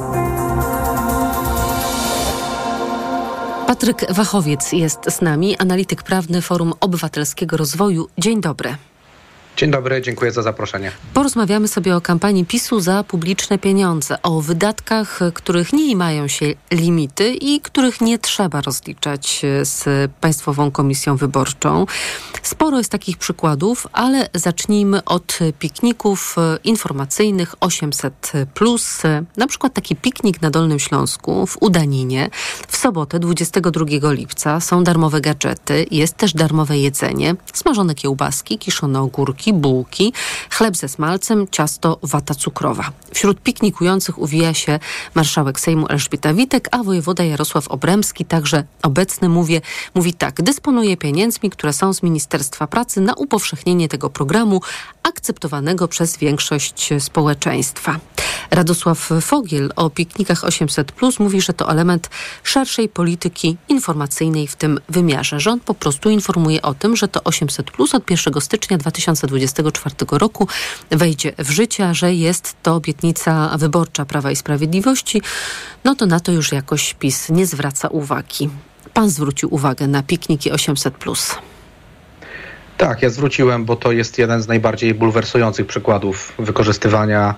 Patryk Wachowiec jest z nami, analityk prawny Forum Obywatelskiego Rozwoju. Dzień dobry. Dzień dobry, dziękuję za zaproszenie. Porozmawiamy sobie o kampanii PiS-u za publiczne pieniądze, o wydatkach, których nie mają się limity i których nie trzeba rozliczać z Państwową Komisją Wyborczą. Sporo jest takich przykładów, ale zacznijmy od pikników informacyjnych 800+. Na przykład taki piknik na Dolnym Śląsku w Udaninie. W sobotę 22 lipca są darmowe gadżety, jest też darmowe jedzenie, smażone kiełbaski, kiszone ogórki, bułki, chleb ze smalcem, ciasto, wata cukrowa. Wśród piknikujących uwija się marszałek Sejmu Elżbieta Witek, a wojewoda Jarosław Obremski, także obecny, mówi tak: dysponuje pieniędzmi, które są z Ministerstwa Pracy na upowszechnienie tego programu akceptowanego przez większość społeczeństwa. Radosław Fogiel o piknikach 800+ mówi, że to element szerszej polityki informacyjnej w tym wymiarze. Rząd po prostu informuje o tym, że to 800+ od 1 stycznia 2024 roku wejdzie w życie, a że jest to obietnica wyborcza Prawa i Sprawiedliwości, no to na to już jakoś PiS nie zwraca uwagi. Pan zwrócił uwagę na pikniki 800+. Tak, ja zwróciłem, bo to jest jeden z najbardziej bulwersujących przykładów wykorzystywania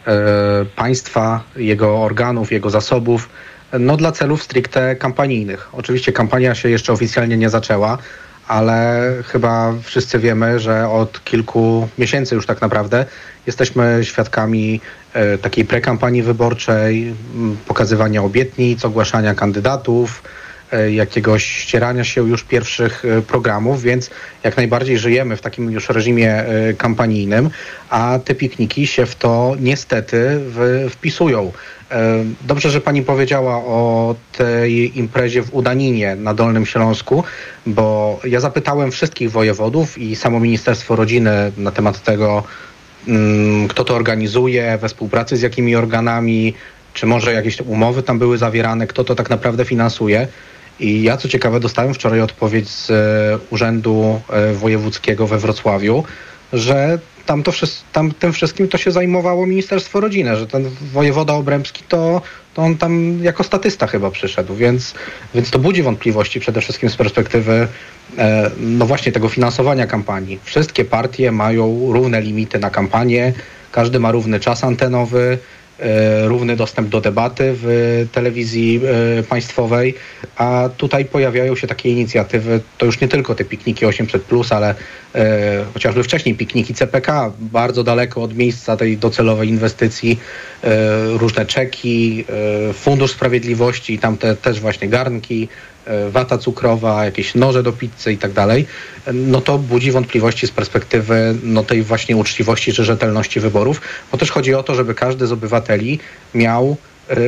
państwa, jego organów, jego zasobów, dla celów stricte kampanijnych. Oczywiście kampania się jeszcze oficjalnie nie zaczęła, ale chyba wszyscy wiemy, że od kilku miesięcy już tak naprawdę jesteśmy świadkami takiej prekampanii wyborczej, pokazywania obietnic, ogłaszania kandydatów, jakiegoś ścierania się już pierwszych programów, więc jak najbardziej żyjemy w takim już reżimie kampanijnym, a te pikniki się w to niestety wpisują. Dobrze, że pani powiedziała o tej imprezie w Udaninie na Dolnym Śląsku, bo ja zapytałem wszystkich wojewodów i samo Ministerstwo Rodziny na temat tego, kto to organizuje, we współpracy z jakimi organami, czy może jakieś umowy tam były zawierane, kto to tak naprawdę finansuje. I ja, co ciekawe, dostałem wczoraj odpowiedź z Urzędu Wojewódzkiego we Wrocławiu, że tym wszystkim to się zajmowało Ministerstwo Rodziny, że ten wojewoda obrębski to on tam jako statysta chyba przyszedł, więc to budzi wątpliwości przede wszystkim z perspektywy właśnie tego finansowania kampanii. Wszystkie partie mają równe limity na kampanię, każdy ma równy czas antenowy, równy dostęp do debaty w telewizji państwowej, a tutaj pojawiają się takie inicjatywy, to już nie tylko te pikniki 800+, ale chociażby wcześniej pikniki CPK, bardzo daleko od miejsca tej docelowej inwestycji, różne czeki, Fundusz Sprawiedliwości, tam też właśnie garnki, wata cukrowa, jakieś noże do pizzy i tak dalej, to budzi wątpliwości z perspektywy tej właśnie uczciwości czy rzetelności wyborów, bo też chodzi o to, żeby każdy z obywateli miał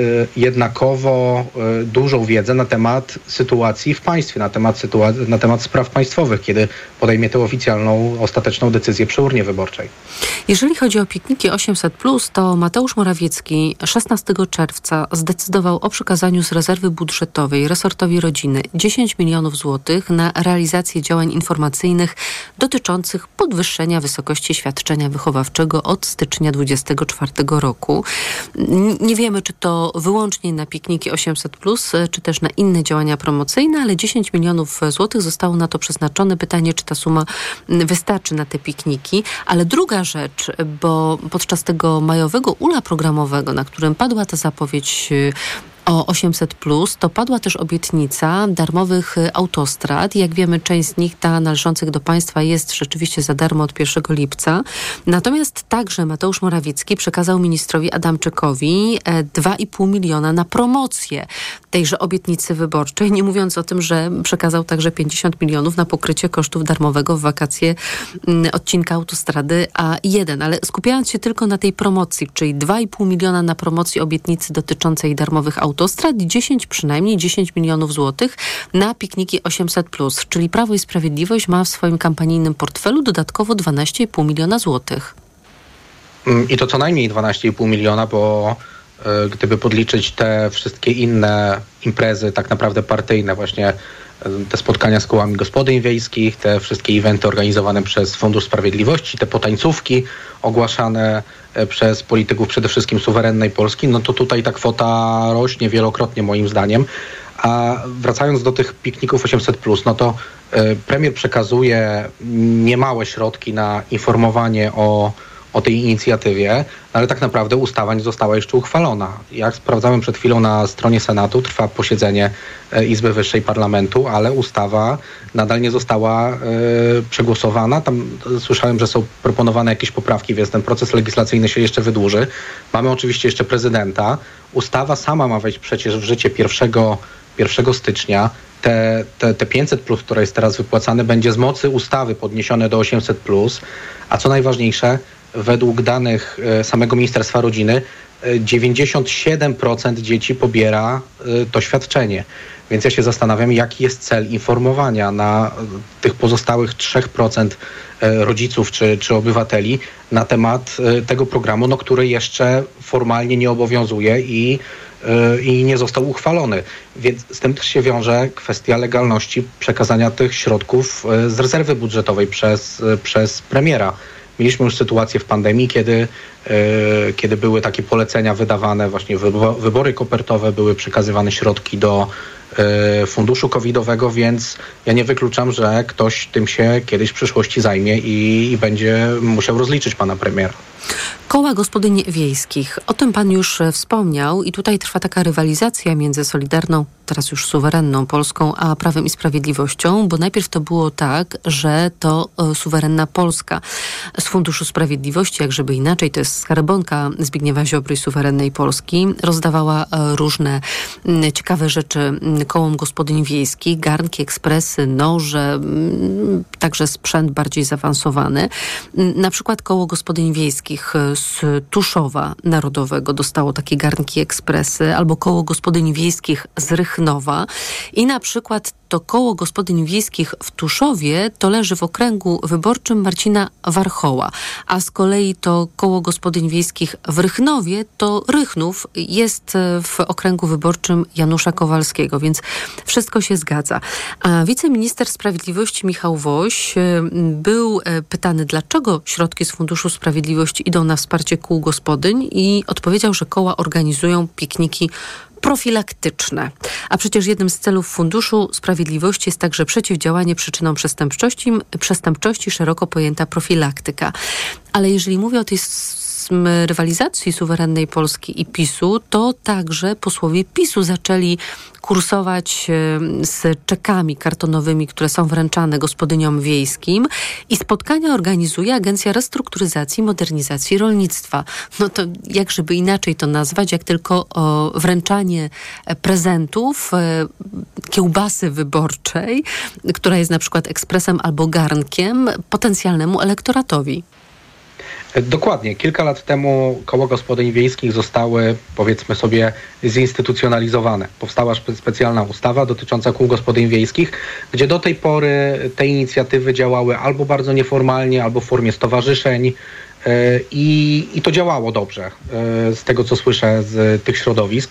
jednakowo dużą wiedzę na temat sytuacji w państwie, na temat spraw państwowych, kiedy podejmie tę oficjalną, ostateczną decyzję przy urnie wyborczej. Jeżeli chodzi o pikniki 800+, to Mateusz Morawiecki 16 czerwca zdecydował o przekazaniu z rezerwy budżetowej resortowi rodziny 10 milionów złotych na realizację działań informacyjnych dotyczących podwyższenia wysokości świadczenia wychowawczego od stycznia 2024 roku. Nie wiemy, czy to wyłącznie na pikniki 800+, czy też na inne działania promocyjne, ale 10 milionów złotych zostało na to przeznaczone. Pytanie, czy ta suma wystarczy na te pikniki. Ale druga rzecz, bo podczas tego majowego ula programowego, na którym padła ta zapowiedź o 800+, to padła też obietnica darmowych autostrad. Jak wiemy, część z nich, ta należących do państwa, jest rzeczywiście za darmo od 1 lipca. Natomiast także Mateusz Morawiecki przekazał ministrowi Adamczykowi 2,5 miliona na promocję tejże obietnicy wyborczej, nie mówiąc o tym, że przekazał także 50 milionów na pokrycie kosztów darmowego w wakacje odcinka autostrady A1. Ale skupiając się tylko na tej promocji, czyli 2,5 miliona na promocji obietnicy dotyczącej darmowych autostrad, przynajmniej 10 milionów złotych na pikniki 800+, czyli Prawo i Sprawiedliwość ma w swoim kampanijnym portfelu dodatkowo 12,5 miliona złotych. I to co najmniej 12,5 miliona, bo gdyby podliczyć te wszystkie inne imprezy tak naprawdę partyjne, właśnie te spotkania z kołami gospodyń wiejskich, te wszystkie eventy organizowane przez Fundusz Sprawiedliwości, te potańcówki ogłaszane przez polityków przede wszystkim suwerennej Polski, to tutaj ta kwota rośnie wielokrotnie moim zdaniem. A wracając do tych pikników 800+, to premier przekazuje niemałe środki na informowanie o tej inicjatywie, ale tak naprawdę ustawa nie została jeszcze uchwalona. Jak sprawdzałem przed chwilą na stronie Senatu, trwa posiedzenie Izby Wyższej Parlamentu, ale ustawa nadal nie została przegłosowana. Tam słyszałem, że są proponowane jakieś poprawki, więc ten proces legislacyjny się jeszcze wydłuży. Mamy oczywiście jeszcze prezydenta. Ustawa sama ma wejść przecież w życie 1 stycznia. Te 500+, które jest teraz wypłacane, będzie z mocy ustawy podniesione do 800+, a co najważniejsze, według danych samego Ministerstwa Rodziny 97% dzieci pobiera to świadczenie. Więc ja się zastanawiam, jaki jest cel informowania na tych pozostałych 3% rodziców czy obywateli na temat tego programu, który jeszcze formalnie nie obowiązuje i nie został uchwalony. Więc z tym też się wiąże kwestia legalności przekazania tych środków z rezerwy budżetowej przez premiera. Mieliśmy już sytuację w pandemii, kiedy były takie polecenia wydawane, właśnie wybory kopertowe, były przekazywane środki do funduszu covidowego, więc ja nie wykluczam, że ktoś tym się kiedyś w przyszłości zajmie i będzie musiał rozliczyć pana premiera. Koła gospodyń wiejskich. O tym pan już wspomniał i tutaj trwa taka rywalizacja między Solidarną, teraz już suwerenną Polską, a Prawem i Sprawiedliwością, bo najpierw to było tak, że to suwerenna Polska z Funduszu Sprawiedliwości, jak żeby inaczej, to jest skarbonka Zbigniewa Ziobry i suwerennej Polski, rozdawała różne ciekawe rzeczy kołom gospodyń wiejskich, garnki, ekspresy, noże, także sprzęt bardziej zaawansowany. Na przykład koło gospodyń wiejskich z Tuszowa Narodowego dostało takie garnki, ekspresy, albo koło gospodyń wiejskich z Rychnowa i na przykład to koło gospodyń wiejskich w Tuszowie to leży w okręgu wyborczym Marcina Warchoła, a z kolei to koło gospodyń wiejskich w Rychnowie to Rychnów jest w okręgu wyborczym Janusza Kowalskiego, więc wszystko się zgadza. A wiceminister sprawiedliwości Michał Woś był pytany, dlaczego środki z Funduszu Sprawiedliwości idą na wsparcie kół gospodyń i odpowiedział, że koła organizują pikniki profilaktyczne. A przecież jednym z celów Funduszu Sprawiedliwości jest także przeciwdziałanie przyczynom przestępczości, szeroko pojęta profilaktyka. Ale jeżeli mówię o tej rywalizacji suwerennej Polski i PiS-u, to także posłowie PiS-u zaczęli kursować z czekami kartonowymi, które są wręczane gospodyniom wiejskim i spotkania organizuje Agencja Restrukturyzacji i Modernizacji Rolnictwa. No to jak żeby inaczej to nazwać, jak tylko wręczanie prezentów, kiełbasy wyborczej, która jest na przykład ekspresem albo garnkiem potencjalnemu elektoratowi. Dokładnie. Kilka lat temu koła gospodyń wiejskich zostały, powiedzmy sobie, zinstytucjonalizowane. Powstała specjalna ustawa dotycząca kół gospodyń wiejskich, gdzie do tej pory te inicjatywy działały albo bardzo nieformalnie, albo w formie stowarzyszeń i to działało dobrze, z tego co słyszę z tych środowisk.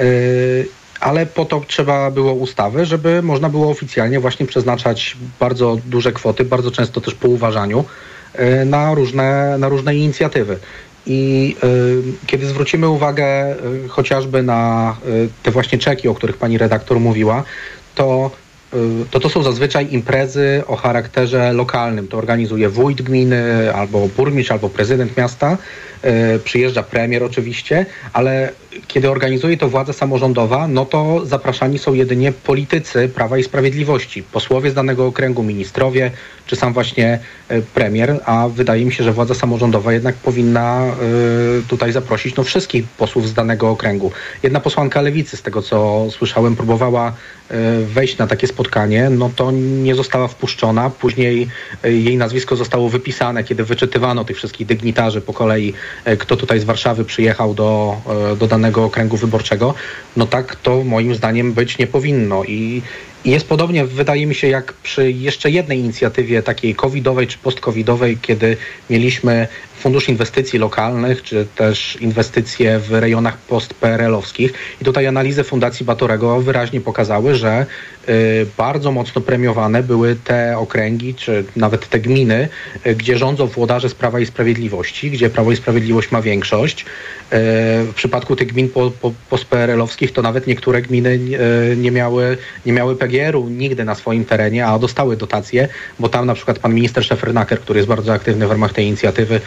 Ale po to trzeba było ustawy, żeby można było oficjalnie właśnie przeznaczać bardzo duże kwoty, bardzo często też po uważaniu, na różne inicjatywy. I kiedy zwrócimy uwagę chociażby na te właśnie czeki, o których pani redaktor mówiła, to są zazwyczaj imprezy o charakterze lokalnym. To organizuje wójt gminy, albo burmistrz, albo prezydent miasta. Przyjeżdża premier oczywiście, ale kiedy organizuje to władza samorządowa, no to zapraszani są jedynie politycy Prawa i Sprawiedliwości, posłowie z danego okręgu, ministrowie, czy sam właśnie premier, a wydaje mi się, że władza samorządowa jednak powinna tutaj zaprosić wszystkich posłów z danego okręgu. Jedna posłanka Lewicy, z tego co słyszałem, próbowała wejść na takie spotkanie, no to nie została wpuszczona. Później jej nazwisko zostało wypisane, kiedy wyczytywano tych wszystkich dygnitarzy po kolei, kto tutaj z Warszawy przyjechał do danego okręgu wyborczego. No tak to moim zdaniem być nie powinno. I jest podobnie, wydaje mi się, jak przy jeszcze jednej inicjatywie takiej covidowej czy post-covidowej, kiedy mieliśmy Fundusz Inwestycji Lokalnych, czy też inwestycje w rejonach post-PRL-owskich. I tutaj analizy Fundacji Batorego wyraźnie pokazały, że bardzo mocno premiowane były te okręgi, czy nawet te gminy, gdzie rządzą włodarze z Prawa i Sprawiedliwości, gdzie Prawo i Sprawiedliwość ma większość. W przypadku tych gmin post-PRL-owskich to nawet niektóre gminy nie miały PGR-u nigdy na swoim terenie, a dostały dotacje, bo tam na przykład pan minister Szefernaker, który jest bardzo aktywny w ramach tej inicjatywy,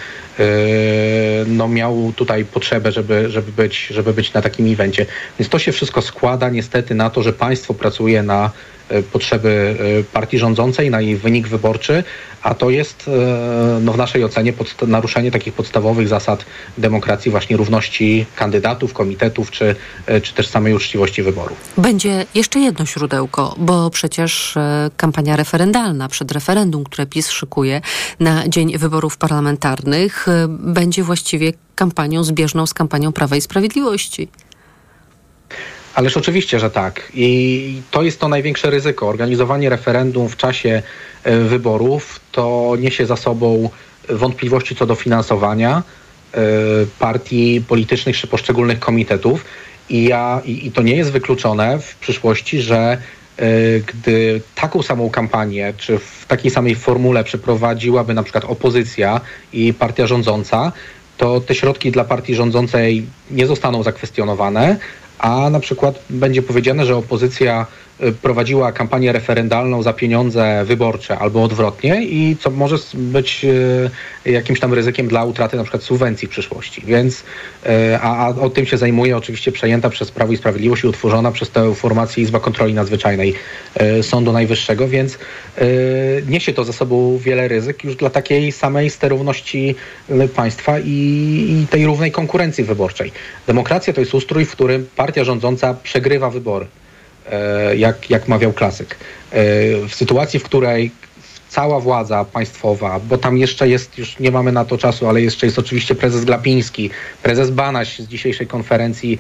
miał tutaj potrzebę, żeby być na takim evencie. Więc to się wszystko składa niestety na to, że państwo pracuje na potrzeby partii rządzącej, na jej wynik wyborczy, a to jest w naszej ocenie naruszenie takich podstawowych zasad demokracji, właśnie równości kandydatów, komitetów, czy też samej uczciwości wyborów. Będzie jeszcze jedno źródełko, bo przecież kampania referendalna przed referendum, które PiS szykuje na dzień wyborów parlamentarnych, będzie właściwie kampanią zbieżną z kampanią Prawa i Sprawiedliwości. Ależ oczywiście, że tak. I to jest to największe ryzyko. Organizowanie referendum w czasie wyborów to niesie za sobą wątpliwości co do finansowania partii politycznych czy poszczególnych komitetów. I to nie jest wykluczone w przyszłości, że gdy taką samą kampanię, czy w takiej samej formule przeprowadziłaby na przykład opozycja i partia rządząca, to te środki dla partii rządzącej nie zostaną zakwestionowane, a na przykład będzie powiedziane, że opozycja prowadziła kampanię referendalną za pieniądze wyborcze albo odwrotnie i co może być jakimś tam ryzykiem dla utraty na przykład subwencji w przyszłości. Więc a o tym się zajmuje oczywiście przejęta przez Prawo i Sprawiedliwość i utworzona przez tę formację Izba Kontroli Nadzwyczajnej Sądu Najwyższego, więc niesie to za sobą wiele ryzyk już dla takiej samej sterowności państwa i tej równej konkurencji wyborczej. Demokracja to jest ustrój, w którym partia rządząca przegrywa wybory. Jak mawiał klasyk. W sytuacji, w której cała władza państwowa, bo tam jeszcze jest, już nie mamy na to czasu, ale jeszcze jest oczywiście prezes Glapiński, prezes Banaś z dzisiejszej konferencji,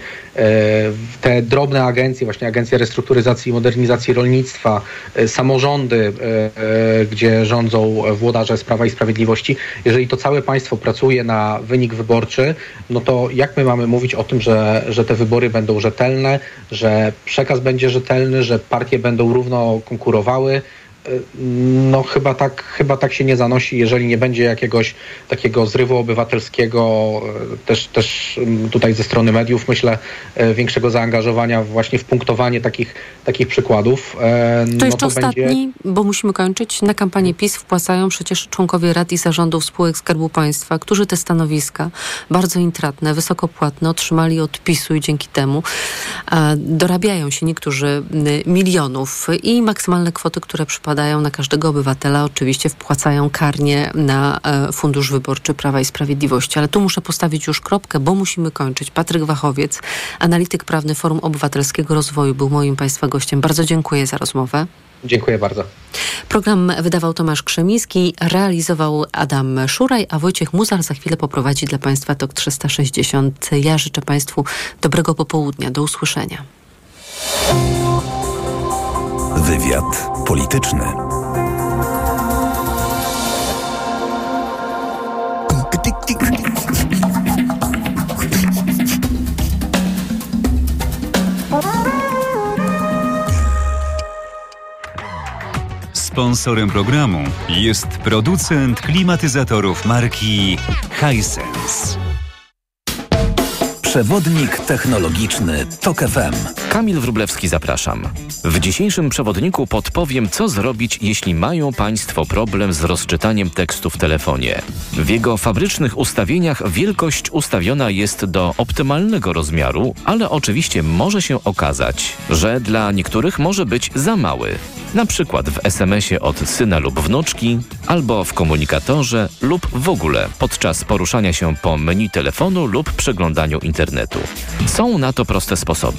te drobne agencje, właśnie Agencja Restrukturyzacji i Modernizacji Rolnictwa, samorządy, gdzie rządzą włodarze z Prawa i Sprawiedliwości. Jeżeli to całe państwo pracuje na wynik wyborczy, no to jak my mamy mówić o tym, że te wybory będą rzetelne, że przekaz będzie rzetelny, że partie będą równo konkurowały? No chyba tak się nie zanosi, jeżeli nie będzie jakiegoś takiego zrywu obywatelskiego, też tutaj ze strony mediów, myślę, większego zaangażowania właśnie w punktowanie takich przykładów. To jeszcze ostatni, bo musimy kończyć. Na kampanię PiS wpłacają przecież członkowie rad i zarządów spółek Skarbu Państwa, którzy te stanowiska bardzo intratne, wysoko płatne otrzymali od PiS-u i dzięki temu dorabiają się niektórzy milionów i maksymalne kwoty, które przypadają na każdego obywatela, oczywiście wpłacają karnie na Fundusz Wyborczy Prawa i Sprawiedliwości. Ale tu muszę postawić już kropkę, bo musimy kończyć. Patryk Wachowiec, analityk prawny Forum Obywatelskiego Rozwoju, był moim Państwa gościem. Bardzo dziękuję za rozmowę. Dziękuję bardzo. Program wydawał Tomasz Krzemiński, realizował Adam Szuraj, a Wojciech Muzar za chwilę poprowadzi dla Państwa TOK 360. Ja życzę Państwu dobrego popołudnia. Do usłyszenia. Wywiad polityczny. Sponsorem programu jest producent klimatyzatorów marki Hisense. Przewodnik technologiczny TOK FM. Kamil Wróblewski, zapraszam. W dzisiejszym przewodniku podpowiem, co zrobić, jeśli mają Państwo problem z rozczytaniem tekstu w telefonie. W jego fabrycznych ustawieniach wielkość ustawiona jest do optymalnego rozmiaru, ale oczywiście może się okazać, że dla niektórych może być za mały. Na przykład w SMS-ie od syna lub wnuczki, albo w komunikatorze, lub w ogóle podczas poruszania się po menu telefonu lub przeglądaniu internetu. Są na to proste sposoby.